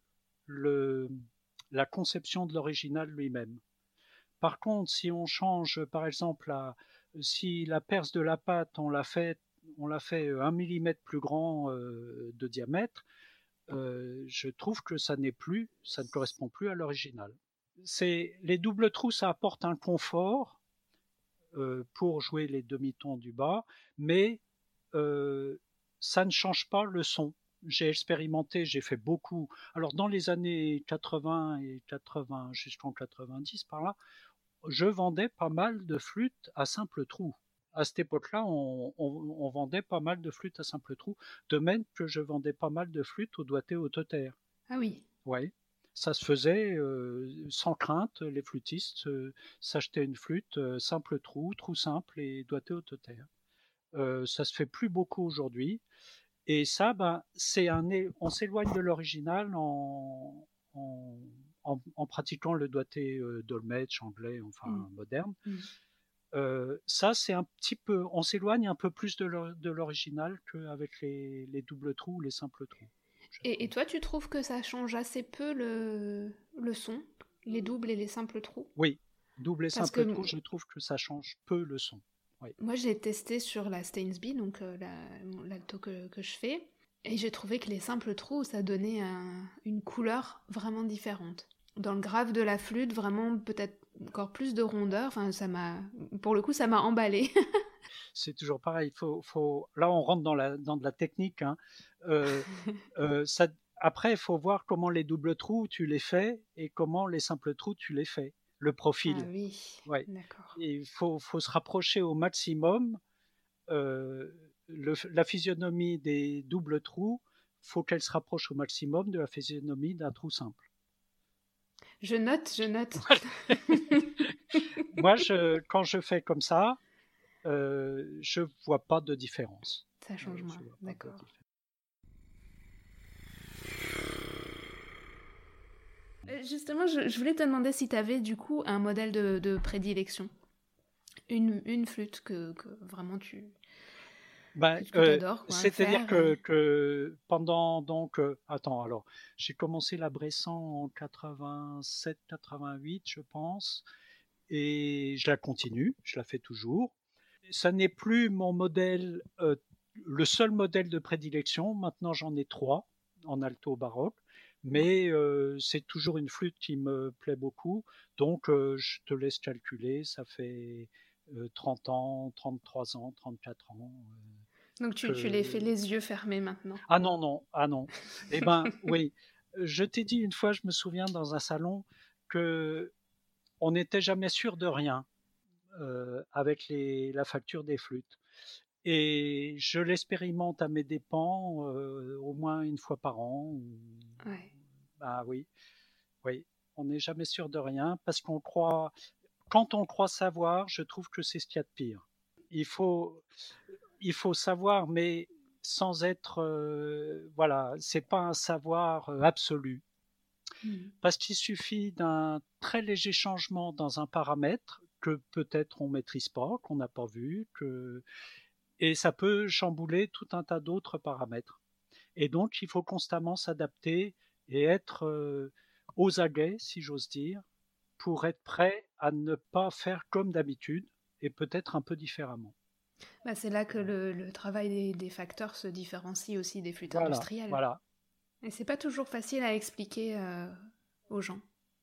le, la conception de l'original lui-même. Par contre, si on change, par exemple, la, si la perce de la pâte, on l'a fait, on l'a fait un millimètre plus grand euh, de diamètre, euh, je trouve que ça n'est plus, ça ne correspond plus à l'original. C'est les doubles trous, ça apporte un confort euh, pour jouer les demi-tons du bas, mais euh, ça ne change pas le son. J'ai expérimenté, j'ai fait beaucoup. Alors dans les années quatre-vingts et quatre-vingts jusqu'en quatre-vingt-dix par là, je vendais pas mal de flûtes à simple trou. À cette époque-là, on, on, on vendait pas mal de flûtes à simple trou, de même que je vendais pas mal de flûtes au doigté autotère. Ah oui. Ouais. Ça se faisait euh, sans crainte, les flûtistes euh, s'achetaient une flûte euh, simple trou, trou simple et doigté autotère. Euh, ça se fait plus beaucoup aujourd'hui. Et ça, ben, c'est un, on s'éloigne de l'original en, en, en, en pratiquant le doigté euh, dolmetsch anglais, Mm. enfin moderne. Mm. Euh, ça, c'est un petit peu, on s'éloigne un peu plus de l'original qu'avec les, les doubles trous ou les simples trous, je Et, et trouve. toi, tu trouves que ça change assez peu le, le son, les doubles et les simples trous? Oui, double et Parce simple que trou, je trouve que ça change peu le son. Oui. moi, j'ai testé sur la Stainsby, donc euh, la- l'alto que, que je fais, et j'ai trouvé que les simples trous, ça donnait un- une couleur vraiment différente. Dans le grave de la flûte, vraiment peut-être encore plus de rondeur. Enfin, ça m'a, pour le coup, ça m'a emballé. C'est toujours pareil. Faut, faut... Là, on rentre dans, la, dans de la technique. Hein. Euh, euh, ça, après, il faut voir comment les doubles trous, tu les fais et comment les simples trous, tu les fais. Le profil. Ah oui, ouais. d'accord. Et il faut, faut se rapprocher au maximum. Euh, le, la physionomie des doubles trous, faut qu'elle se rapproche au maximum de la physionomie d'un trou simple. Je note, je note. Moi, je, quand je fais comme ça, euh, je vois pas de différence. Ça change Euh, moins, je vois pas de d'accord. différence. Justement, je, je voulais te demander si tu avais du coup un modèle de, de prédilection. Une, une flûte que, que vraiment tu Ben, que, que euh, t'adores, quoi, c'est-à-dire faire. que, Et... que pendant donc euh, attends alors j'ai commencé la Bressan en quatre-vingt-sept quatre-vingt-huit je pense et je la continue, je la fais toujours. Ça n'est plus mon modèle, euh, le seul modèle de prédilection. Maintenant j'en ai trois en alto baroque, mais euh, c'est toujours une flûte qui me plaît beaucoup. Donc euh, je te laisse calculer, ça fait euh, trente ans, trente-trois ans, trente-quatre ans. euh, Donc tu, tu les fais que... les yeux fermés maintenant. Ah non, non, ah non. Eh ben oui, je t'ai dit une fois, je me souviens dans un salon que on n'était jamais sûr de rien euh, avec les, la facture des flûtes. Et je l'expérimente à mes dépens euh, au moins une fois par an. Ou... Ouais. Ah oui, oui, on n'est jamais sûr de rien parce qu'on croit. Quand on croit savoir, je trouve que c'est ce qu'il y a de pire. Il faut, il faut savoir, mais sans être, euh, voilà, c'est pas un savoir euh, absolu. Mmh. Parce qu'il suffit d'un très léger changement dans un paramètre que peut-être on maîtrise pas, qu'on n'a pas vu, que... et ça peut chambouler tout un tas d'autres paramètres. Et donc, il faut constamment s'adapter et être euh, aux aguets, si j'ose dire, pour être prêt à ne pas faire comme d'habitude et peut-être un peu différemment. Bah, c'est là que le, le travail des, des facteurs se différencie aussi des flûtes Voilà, industrielles. voilà. Et c'est pas toujours facile à expliquer euh, aux gens.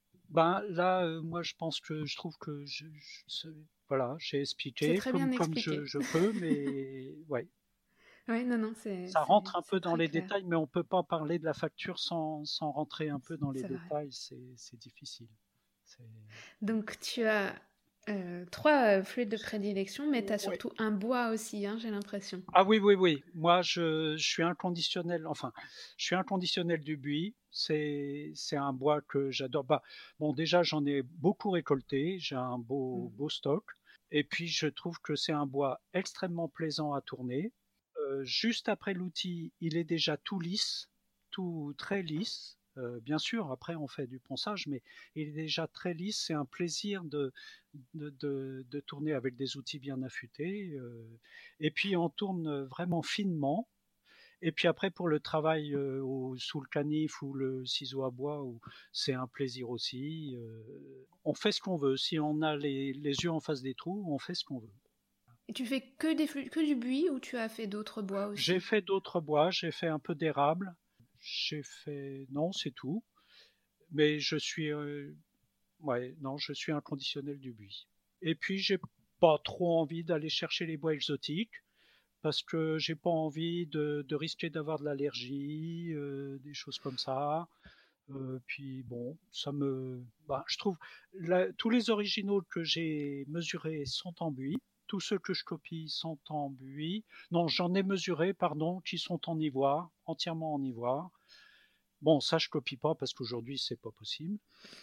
Ben là, euh, moi, je pense que je trouve que je, je- voilà, j'ai C'est expliqué très comme bien comme je, expliqué. je peux, mais ouais, Oui, non, non, c'est, ça c'est, rentre un peu c'est dans très les clair. détails, mais on peut pas parler de la facture sans, sans rentrer un peu dans les C'est vrai. détails, c'est c'est difficile. C'est... Donc tu as euh, trois euh, flûtes de prédilection, mais tu as Ouais. surtout un bois aussi, hein, j'ai l'impression. Ah oui, oui, oui. Moi, je, je suis inconditionnel. Enfin, je suis inconditionnel du buis. C'est, c'est un bois que j'adore. Bah, bon, déjà, j'en ai beaucoup récolté. J'ai un beau, Mm. beau stock. Et puis, je trouve que c'est un bois extrêmement plaisant à tourner. Euh, juste après l'outil, il est déjà tout lisse, tout très lisse. Euh, bien sûr, après on fait du ponçage, mais il est déjà très lisse. C'est un plaisir de, de, de, de tourner avec des outils bien affûtés. Euh, et puis on tourne vraiment finement. Et puis après pour le travail euh, au, sous le canif ou le ciseau à bois, où c'est un plaisir aussi. Euh, on fait ce qu'on veut. Si on a les, les yeux en face des trous, on fait ce qu'on veut. Et tu fais que des flûtes, que du buis ou tu as fait d'autres bois J'ai aussi? fait d'autres bois, j'ai fait un peu d'érable, j'ai fait... Non, c'est tout. Mais je suis... euh, Ouais, non, je suis inconditionnel du buis. Et puis, j'ai pas trop envie d'aller chercher les bois exotiques, parce que j'ai pas envie de, de risquer d'avoir de l'allergie, euh, des choses comme ça. Euh, puis bon, ça me... Bah, je trouve... la- tous les originaux que j'ai mesurés sont en buis. Tous ceux que je copie sont en buis. Non, j'en ai mesuré, pardon, qui sont en ivoire, entièrement en ivoire. Bon, ça je copie pas parce qu'aujourd'hui c'est pas possible.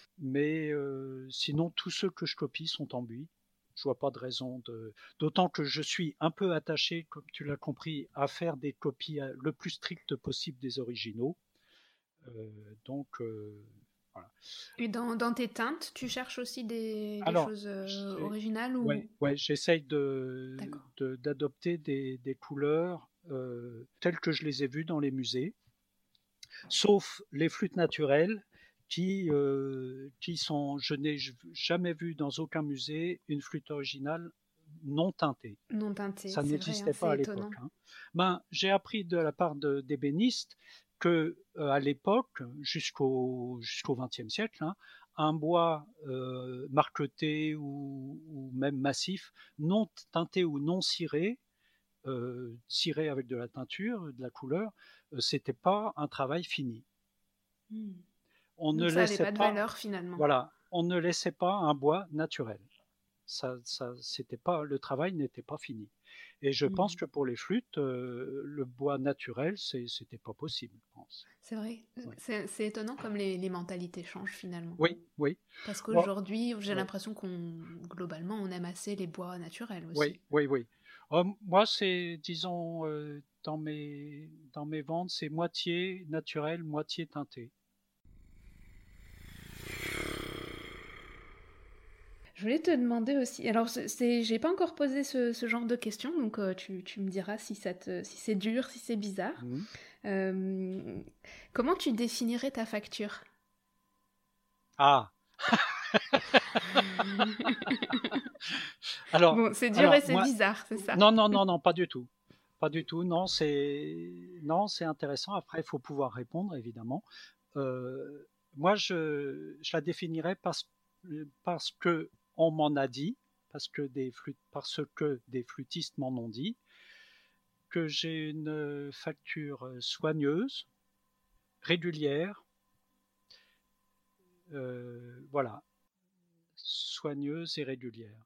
Mais euh, sinon, tous ceux que je copie sont en buis. Je vois pas de raison de. D'autant que je suis un peu attaché, comme tu l'as compris, à faire des copies euh, le plus strictes possible des originaux. Euh, donc euh, voilà. Et dans, dans tes teintes, tu cherches aussi des, des Alors, choses euh, j'ai- originales ouais, ou... ouais, j'essaye de, D'accord. de- d'adopter des, des couleurs euh, telles que je les ai vues dans les musées, sauf les flûtes naturelles qui, euh, qui sont, je n'ai jamais vu dans aucun musée une flûte originale non teintée. Non teinté, Ça c'est vrai, hein, n'existait c'est pas à l'époque. étonnant. Hein. Ben, j'ai appris de la part de, d'ébénistes que euh, à l'époque, jusqu'au jusqu'au XXe siècle, hein, un bois euh, marqueté ou, ou, même massif, non teinté ou non ciré, euh, ciré avec de la teinture, de la couleur, euh, c'était pas un travail fini. Mmh. On Donc ne ça n'avait laissait pas de pas, valeur finalement. voilà, on ne laissait pas un bois naturel. Ça, ça, c'était pas, le travail n'était pas fini. Et je pense Mmh. que pour les flûtes, euh, le bois naturel, c'est, c'était pas possible, je pense. C'est vrai. Ouais. C'est, c'est étonnant comme les, les mentalités changent finalement. Oui, oui. Parce Bon, qu'aujourd'hui, j'ai ouais. l'impression qu'on, globalement, on aime assez les bois naturels aussi. Oui, oui, oui. Oh, moi, c'est, disons, euh, dans mes, dans mes ventes, c'est moitié naturel, moitié teinté. Je voulais te demander aussi, alors c'est, c'est- j'ai pas encore posé ce, ce genre de questions, donc euh, tu, tu me diras si, ça te, si c'est dur, si c'est bizarre. Mmh. Euh, comment tu définirais ta facture? Ah, alors, Bon, c'est dur et alors c'est moi, bizarre, c'est ça? non, non, non, non, pas du tout. Pas du tout. Non, c'est, non, c'est intéressant. Après, il faut pouvoir répondre, évidemment. Euh, moi, je, je la définirais parce, parce que on m'en a dit, parce que des flûtes, parce que des flûtistes m'en ont dit, que j'ai une facture soigneuse, régulière, euh, voilà, soigneuse et régulière.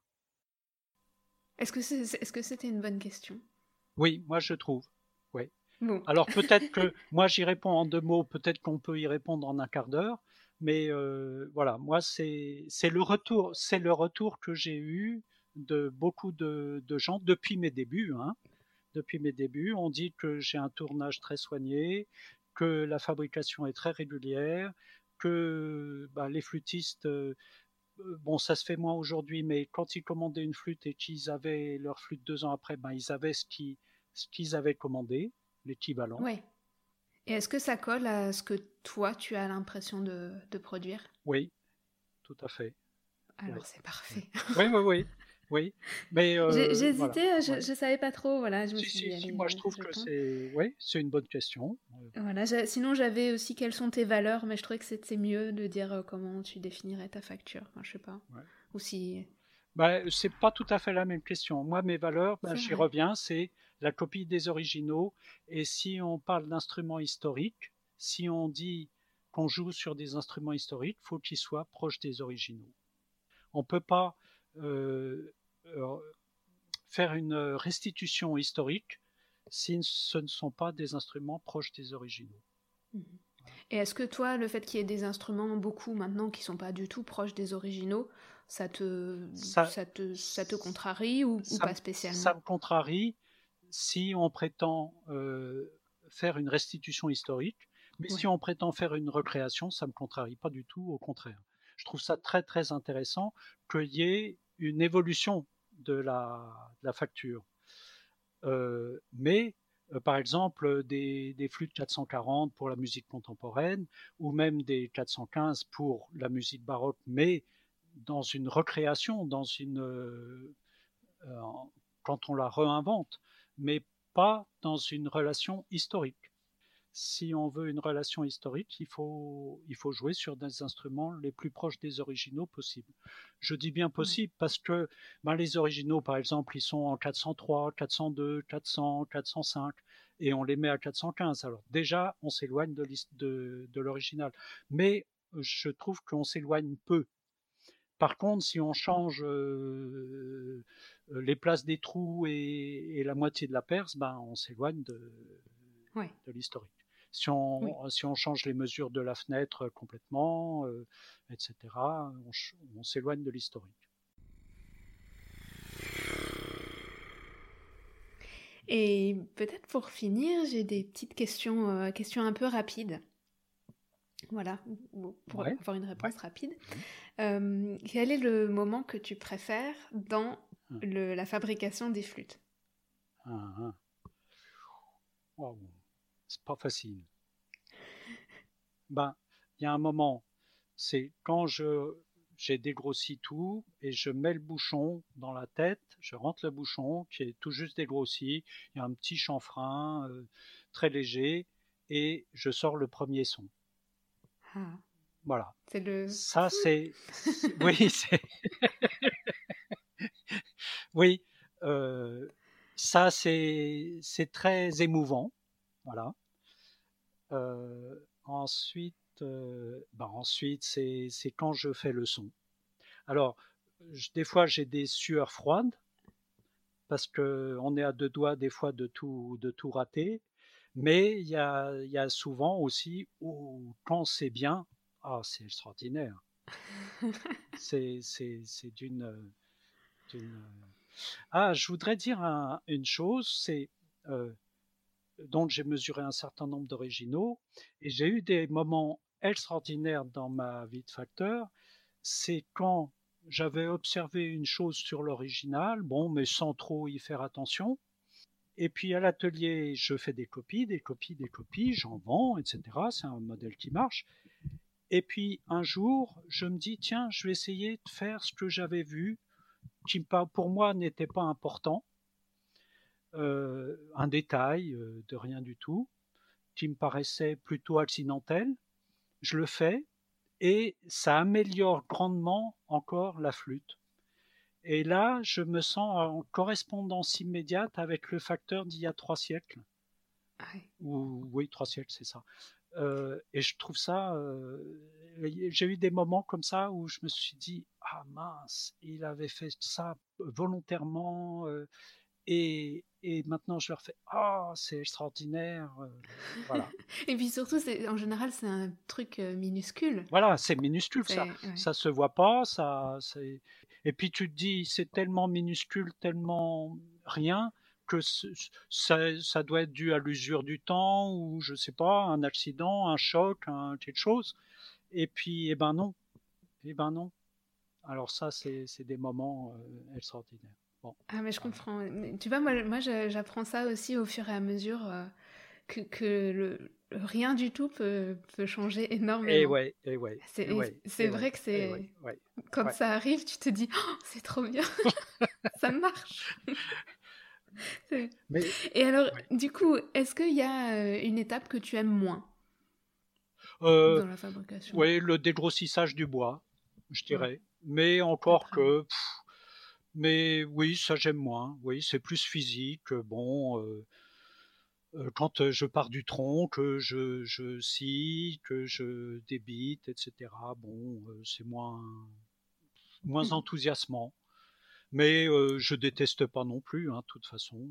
Est-ce que c'est, est-ce que c'était une bonne question? Oui, moi je trouve. Oui. Bon. Alors peut-être que moi j'y réponds en deux mots, peut-être qu'on peut y répondre en un quart d'heure, mais euh, voilà, moi c'est c'est le retour, c'est le retour que j'ai eu de beaucoup de, de gens depuis mes débuts. Hein. Depuis mes débuts, on dit que j'ai un tournage très soigné, que la fabrication est très régulière, que bah, les flûtistes, euh, bon ça se fait moins aujourd'hui, mais quand ils commandaient une flûte et qu'ils avaient leur flûte deux ans après, ben, ils avaient ce qu'ils ce qu'ils avaient commandé, l'équivalent. Ouais. Et est-ce que ça colle à ce que toi, tu as l'impression de, de produire? Oui, tout à fait. Oui, Alors c'est oui, parfait. oui, oui, oui, oui. Mais J'ai- euh, voilà. J'hésitais, je, Ouais. je savais pas trop, voilà, je me Si, suis si, dit, si. allez, Moi, je euh, trouve je que tente. c'est, oui, c'est une bonne question. Euh, Voilà, j'ai- sinon j'avais aussi quelles sont tes valeurs, mais je trouvais que c'était mieux de dire euh, comment tu définirais ta facture. Enfin, je sais pas. ouais. Ou si. Bah, c'est pas tout à fait la même question. Moi, mes valeurs, bah, C'est j'y vrai. reviens, c'est la copie des originaux. Et si on parle d'instruments historiques, si on dit qu'on joue sur des instruments historiques, faut qu'ils soient proches des originaux. On peut pas euh, euh, faire une restitution historique si ce ne sont pas des instruments proches des originaux. Mhm. Et est-ce que toi, le fait qu'il y ait des instruments, beaucoup maintenant, qui sont pas du tout proches des originaux, ça te, Ça, ça te, ça te contrarie ou, ou ça, pas ça spécialement? me contrarie si on prétend euh, faire une restitution historique, mais si Ouais. on prétend faire une recréation, ça me contrarie pas du tout, au contraire. Je trouve ça très très intéressant qu'il y ait une évolution de la, de la facture. Euh, mais euh, par exemple des, des flûtes quatre cent quarante pour la musique contemporaine ou même des quatre cent quinze pour la musique baroque, mais dans une recréation, dans une euh, euh, quand on la réinvente, mais pas dans une relation historique. Si on veut une relation historique, il faut, il faut jouer sur des instruments les plus proches des originaux possibles. Je dis bien Ouais. possible parce que ben, les originaux, par exemple, ils sont en quatre cent trois, quatre cent deux, quatre cents, quatre cent cinq, et on les met à quatre cent quinze. Alors déjà, on s'éloigne de, de, de l'original. Mais je trouve qu'on s'éloigne peu. Par contre, si on change euh, les places des trous et, et la moitié de la perce, ben, on s'éloigne de, Ouais. de l'historique. Si Oui. on, si on change les mesures de la fenêtre complètement, euh, et cetera, on, on s'éloigne de l'historique. Et peut-être pour finir, j'ai des petites questions, euh, questions un peu rapides. Voilà, pour Ouais, avoir une ouais. réponse rapide. Mmh. Euh, quel est le moment que tu préfères dans Mmh. le, la fabrication des flûtes? Ah, ah. Wow. C'est pas facile. Ben, il y a un moment, c'est quand je j'ai dégrossi tout et je mets le bouchon dans la tête, je rentre le bouchon qui est tout juste dégrossi, il y a un petit chanfrein euh, très léger et je sors le premier son. Ah, Voilà. c'est le... Ça c'est oui, c'est oui, euh, ça c'est très émouvant. Voilà. Euh, ensuite euh, bah ensuite c'est, c'est quand je fais le son. Alors, je- des fois j'ai des sueurs froides parce que on est à deux doigts des fois de tout, de tout rater. Mais il y a, il y a souvent aussi où quand c'est bien, ah c'est extraordinaire. C'est, c'est, c'est d'une, d'une. Ah, je voudrais dire un- une chose, c'est euh, donc j'ai mesuré un certain nombre d'originaux et j'ai eu des moments extraordinaires dans ma vie de facteur. C'est quand j'avais observé une chose sur l'original, bon, mais sans trop y faire attention. Et puis à l'atelier, je fais des copies, des copies, des copies, j'en vends, et cetera. C'est un modèle qui marche. Et puis un jour, je me dis, tiens, je vais essayer de faire ce que j'avais vu, qui pour moi n'était pas important, euh, un détail euh, de rien du tout, qui me paraissait plutôt accidentel. Je le fais et ça améliore grandement encore la flûte. Et là, je me sens en correspondance immédiate avec le facteur d'il y a trois siècles. Ouais. Ou, oui, trois siècles, c'est ça. Euh, et je trouve ça. Euh, j'ai eu des moments comme ça où je me suis dit, ah mince, il avait fait ça volontairement. Euh, et, et maintenant je leur fais, ah, c'est extraordinaire. Euh, voilà. Et puis surtout, c'est, en général, c'est un truc euh, minuscule. Voilà, c'est minuscule, ça, C'est, ouais. ça se voit pas, ça, c'est... Et puis tu te dis, c'est tellement minuscule, tellement rien, que ça, ça doit être dû à l'usure du temps, ou je sais pas, un accident, un choc, un, quelque chose. Et puis, eh ben non, eh ben non. Alors ça, c'est, c'est des moments euh, extraordinaires. Bon, Ah, mais je voilà. comprends. Mais tu vois, moi, moi je- j'apprends ça aussi au fur et à mesure euh, que, que le, le rien du tout peut, peut changer Et énormément. ouais, et ouais, et C'est, ouais, c'est et ouais, vrai que et ouais, c'est... ouais, Quand ouais. ça arrive, tu te dis, oh, c'est trop bien, ça marche. C'est- Mais Et alors, ouais. du coup, est-ce qu'il y a euh, une étape que tu aimes moins Euh, dans la fabrication? ouais, le dégrossissage du bois, je Ouais, dirais. Mais le encore travail. que, pff, mais oui, ça j'aime moins. Oui, c'est plus physique. Bon, euh, euh, quand euh, je pars du tronc, que je, je scie, que je débite, et cetera. Bon, euh, c'est moins, moins Mhm. enthousiasmant. Mais euh, je déteste pas non plus, hein, de toute façon.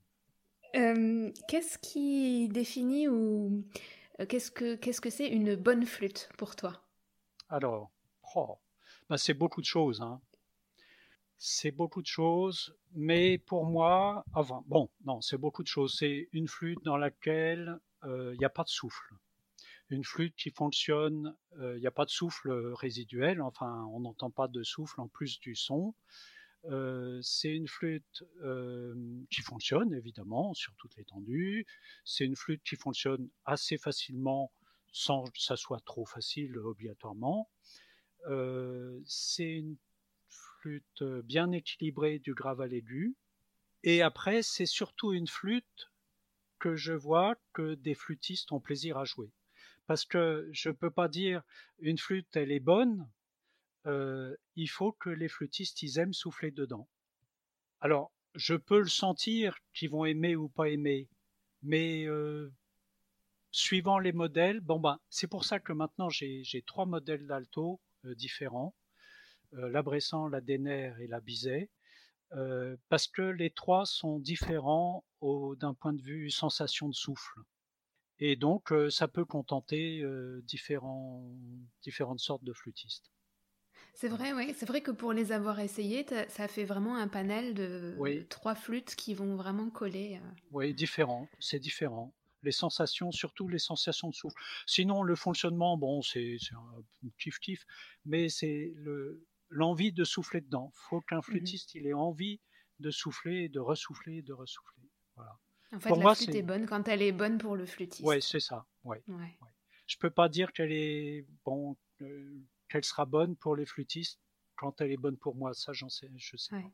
Euh, qu'est-ce qui définit ou euh, qu'est-ce que qu'est-ce que c'est une bonne flûte pour toi? Alors, oh, ben, c'est beaucoup de choses, hein. C'est beaucoup de choses, mais pour moi, enfin, bon, non, c'est beaucoup de choses. C'est une flûte dans laquelle euh, il n'y a pas de souffle. Une flûte qui fonctionne, euh, il n'y a pas de souffle résiduel, enfin, on n'entend pas de souffle en plus du son. Euh, c'est une flûte euh, qui fonctionne évidemment sur toute l'étendue. C'est une flûte qui fonctionne assez facilement sans que ça soit trop facile obligatoirement. Euh, c'est une flûte bien équilibrée du grave à l'aigu. Et après, c'est surtout une flûte que je vois que des flûtistes ont plaisir à jouer. Parce que je ne peux pas dire une flûte, elle est bonne. Euh, il faut que les flûtistes, ils aiment souffler dedans. Alors, je peux le sentir qu'ils vont aimer ou pas aimer, mais euh, suivant les modèles, bon ben, c'est pour ça que maintenant j'ai trois modèles d'alto euh, différents, euh, la Bressan, la Denner et la Bizet, euh, parce que les trois sont différents d'un point de vue sensation de souffle. Et donc, euh, ça peut contenter euh, différents, différentes sortes de flûtistes. C'est Voilà. vrai, oui. C'est vrai que pour les avoir essayés, t'as- ça fait vraiment un panel de Oui, trois flûtes qui vont vraiment coller. euh. oui, différent, c'est différent. Les sensations, surtout les sensations de souffle. Sinon, le fonctionnement, bon, c'est un kiff-kiff, mais c'est le l'envie de souffler dedans. Il faut qu'un Mhm. flûtiste, il ait envie de souffler, de ressouffler, de ressouffler. Voilà. En fait, Pour la moi, flûte est c'est bonne quand elle est bonne pour le ouais, flûtiste. c'est ça. Ouais, Ouais. ouais. Je peux pas dire qu'elle est bon, euh, qu'elle sera bonne pour les flûtistes quand elle est bonne pour moi. Ça, j'en sais, je sais pas. Ouais.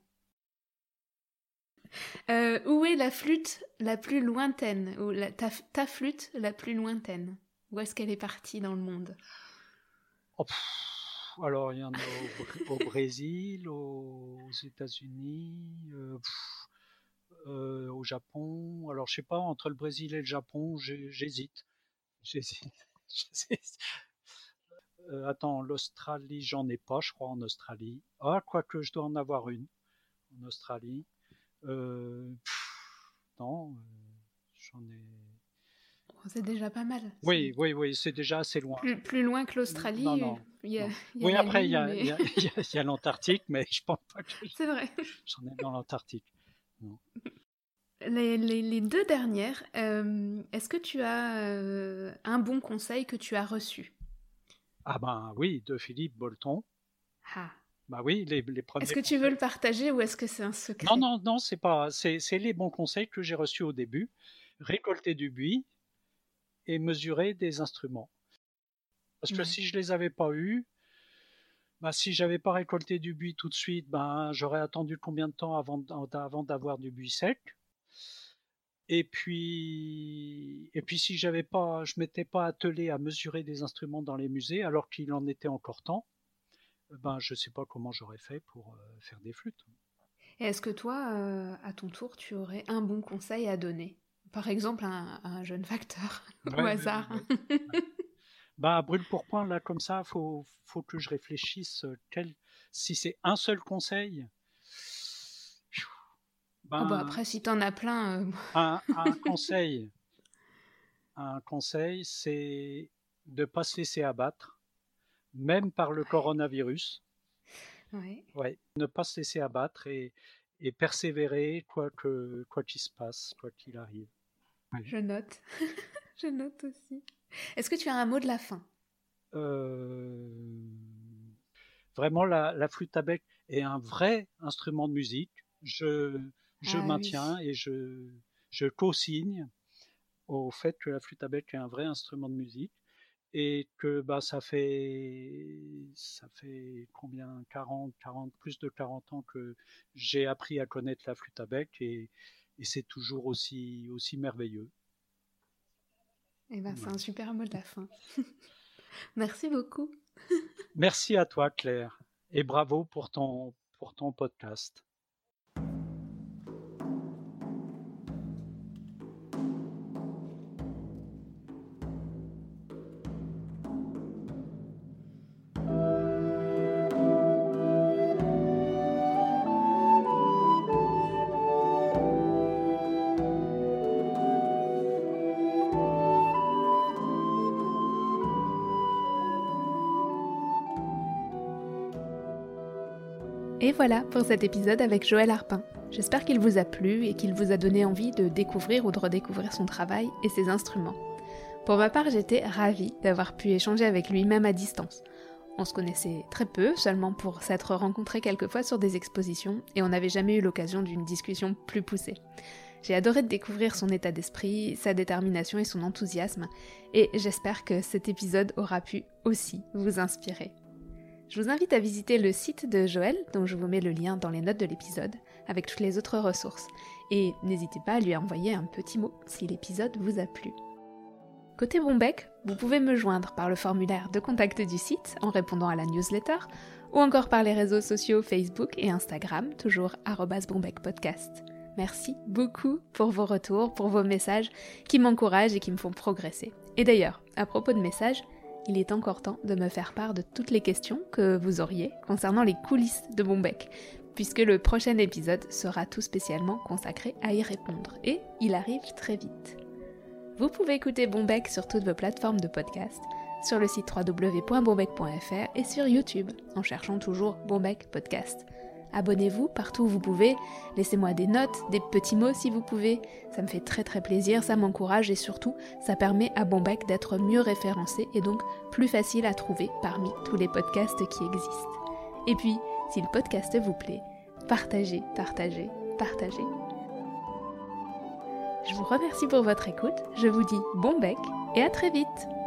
Euh, où est la flûte la plus lointaine? Ou la, ta, ta flûte la plus lointaine? Où est-ce qu'elle est partie dans le monde? Oh, pff, alors, il y en a au, au Brésil, aux États-Unis, euh, pff, euh, au Japon. Alors, je sais pas, entre le Brésil et le Japon, j'hésite. J'hésite. J'hésite. Euh, attends, l'Australie, j'en ai pas, je crois, en Australie. Ah, quoique je dois en avoir une en Australie. Euh, pff, non, euh, j'en ai. Oh, c'est déjà pas mal. Oui, oui, oui, c'est déjà assez loin. Plus, plus loin que l'Australie, non, non, il y a, non. il y a oui, la après, il Lune, y a, mais... il y a, il y a, il y a l'Antarctique, mais je pense pas que c'est vrai. j'en ai dans l'Antarctique. Non. Les, les, les deux dernières, euh, est-ce que tu as euh, un bon conseil que tu as reçu? Ah ben oui, de Philippe Bolton. Ah. Bah oui, les, les premiers. Est-ce que tu veux le partager ou est-ce que c'est un secret? Non, non, non, c'est pas. C'est, c'est les bons conseils que j'ai reçus au début. Récolter du buis et mesurer des instruments. Parce que ouais. si je les avais pas eus, bah, si j'avais pas récolté du buis tout de suite, ben j'aurais attendu combien de temps avant, avant d'avoir du buis sec. Et puis, et puis si j'avais pas, je m'étais pas attelé à mesurer des instruments dans les musées, alors qu'il en était encore temps, ben je sais pas comment j'aurais fait pour euh, faire des flûtes. Et est-ce que toi, euh, à ton tour, tu aurais un bon conseil à donner? Par exemple, à un, à un jeune facteur, ouais, au hasard. Ouais, ouais, ouais. Bah, brûle pour point, là, comme ça, faut, faut que je réfléchisse. Quel... Si c'est un seul conseil. Ben, oh bah après, si t'en as plein. Euh... Un, un conseil, un conseil, c'est de ne pas se laisser abattre, même par le coronavirus. Ouais. Ouais, ne pas se laisser abattre et, et persévérer, quoi que, quoi qu'il se passe, quoi qu'il arrive. Ouais. Je note. Je note aussi. Est-ce que tu as un mot de la fin? euh... Vraiment, la, la flûte à bec est un vrai instrument de musique. Je, je ah, maintiens oui. et je, je co-signe au fait que la flûte à bec est un vrai instrument de musique et que bah, ça fait, ça fait combien, quarante, quarante, plus de quarante ans que j'ai appris à connaître la flûte à bec et, et c'est toujours aussi, aussi merveilleux. Eh ben, ouais. C'est un super mot de la fin. Merci beaucoup. Merci à toi, Claire, et bravo pour ton, pour ton podcast. Et voilà pour cet épisode avec Joël Arpin. J'espère qu'il vous a plu et qu'il vous a donné envie de découvrir ou de redécouvrir son travail et ses instruments. Pour ma part, j'étais ravie d'avoir pu échanger avec lui même à distance. On se connaissait très peu, seulement pour s'être rencontrés quelquefois sur des expositions, et on n'avait jamais eu l'occasion d'une discussion plus poussée. J'ai adoré découvrir son état d'esprit, sa détermination et son enthousiasme, et j'espère que cet épisode aura pu aussi vous inspirer. Je vous invite à visiter le site de Joël, dont je vous mets le lien dans les notes de l'épisode, avec toutes les autres ressources. Et n'hésitez pas à lui envoyer un petit mot si l'épisode vous a plu. Côté Bombec, vous pouvez me joindre par le formulaire de contact du site en répondant à la newsletter, ou encore par les réseaux sociaux Facebook et Instagram, toujours arobase bombec podcast. Merci beaucoup pour vos retours, pour vos messages qui m'encouragent et qui me font progresser. Et d'ailleurs, à propos de messages, il est encore temps de me faire part de toutes les questions que vous auriez concernant les coulisses de Bombec, puisque le prochain épisode sera tout spécialement consacré à y répondre, et il arrive très vite. Vous pouvez écouter Bombec sur toutes vos plateformes de podcast, sur le site w w w point bombec point f r et sur YouTube, en cherchant toujours Bombec Podcast. Abonnez-vous partout où vous pouvez, laissez-moi des notes, des petits mots si vous pouvez, ça me fait très très plaisir, ça m'encourage et surtout ça permet à Bombec d'être mieux référencé et donc plus facile à trouver parmi tous les podcasts qui existent. Et puis, si le podcast vous plaît, partagez, partagez, partagez. Je vous remercie pour votre écoute, je vous dis bon bec et à très vite.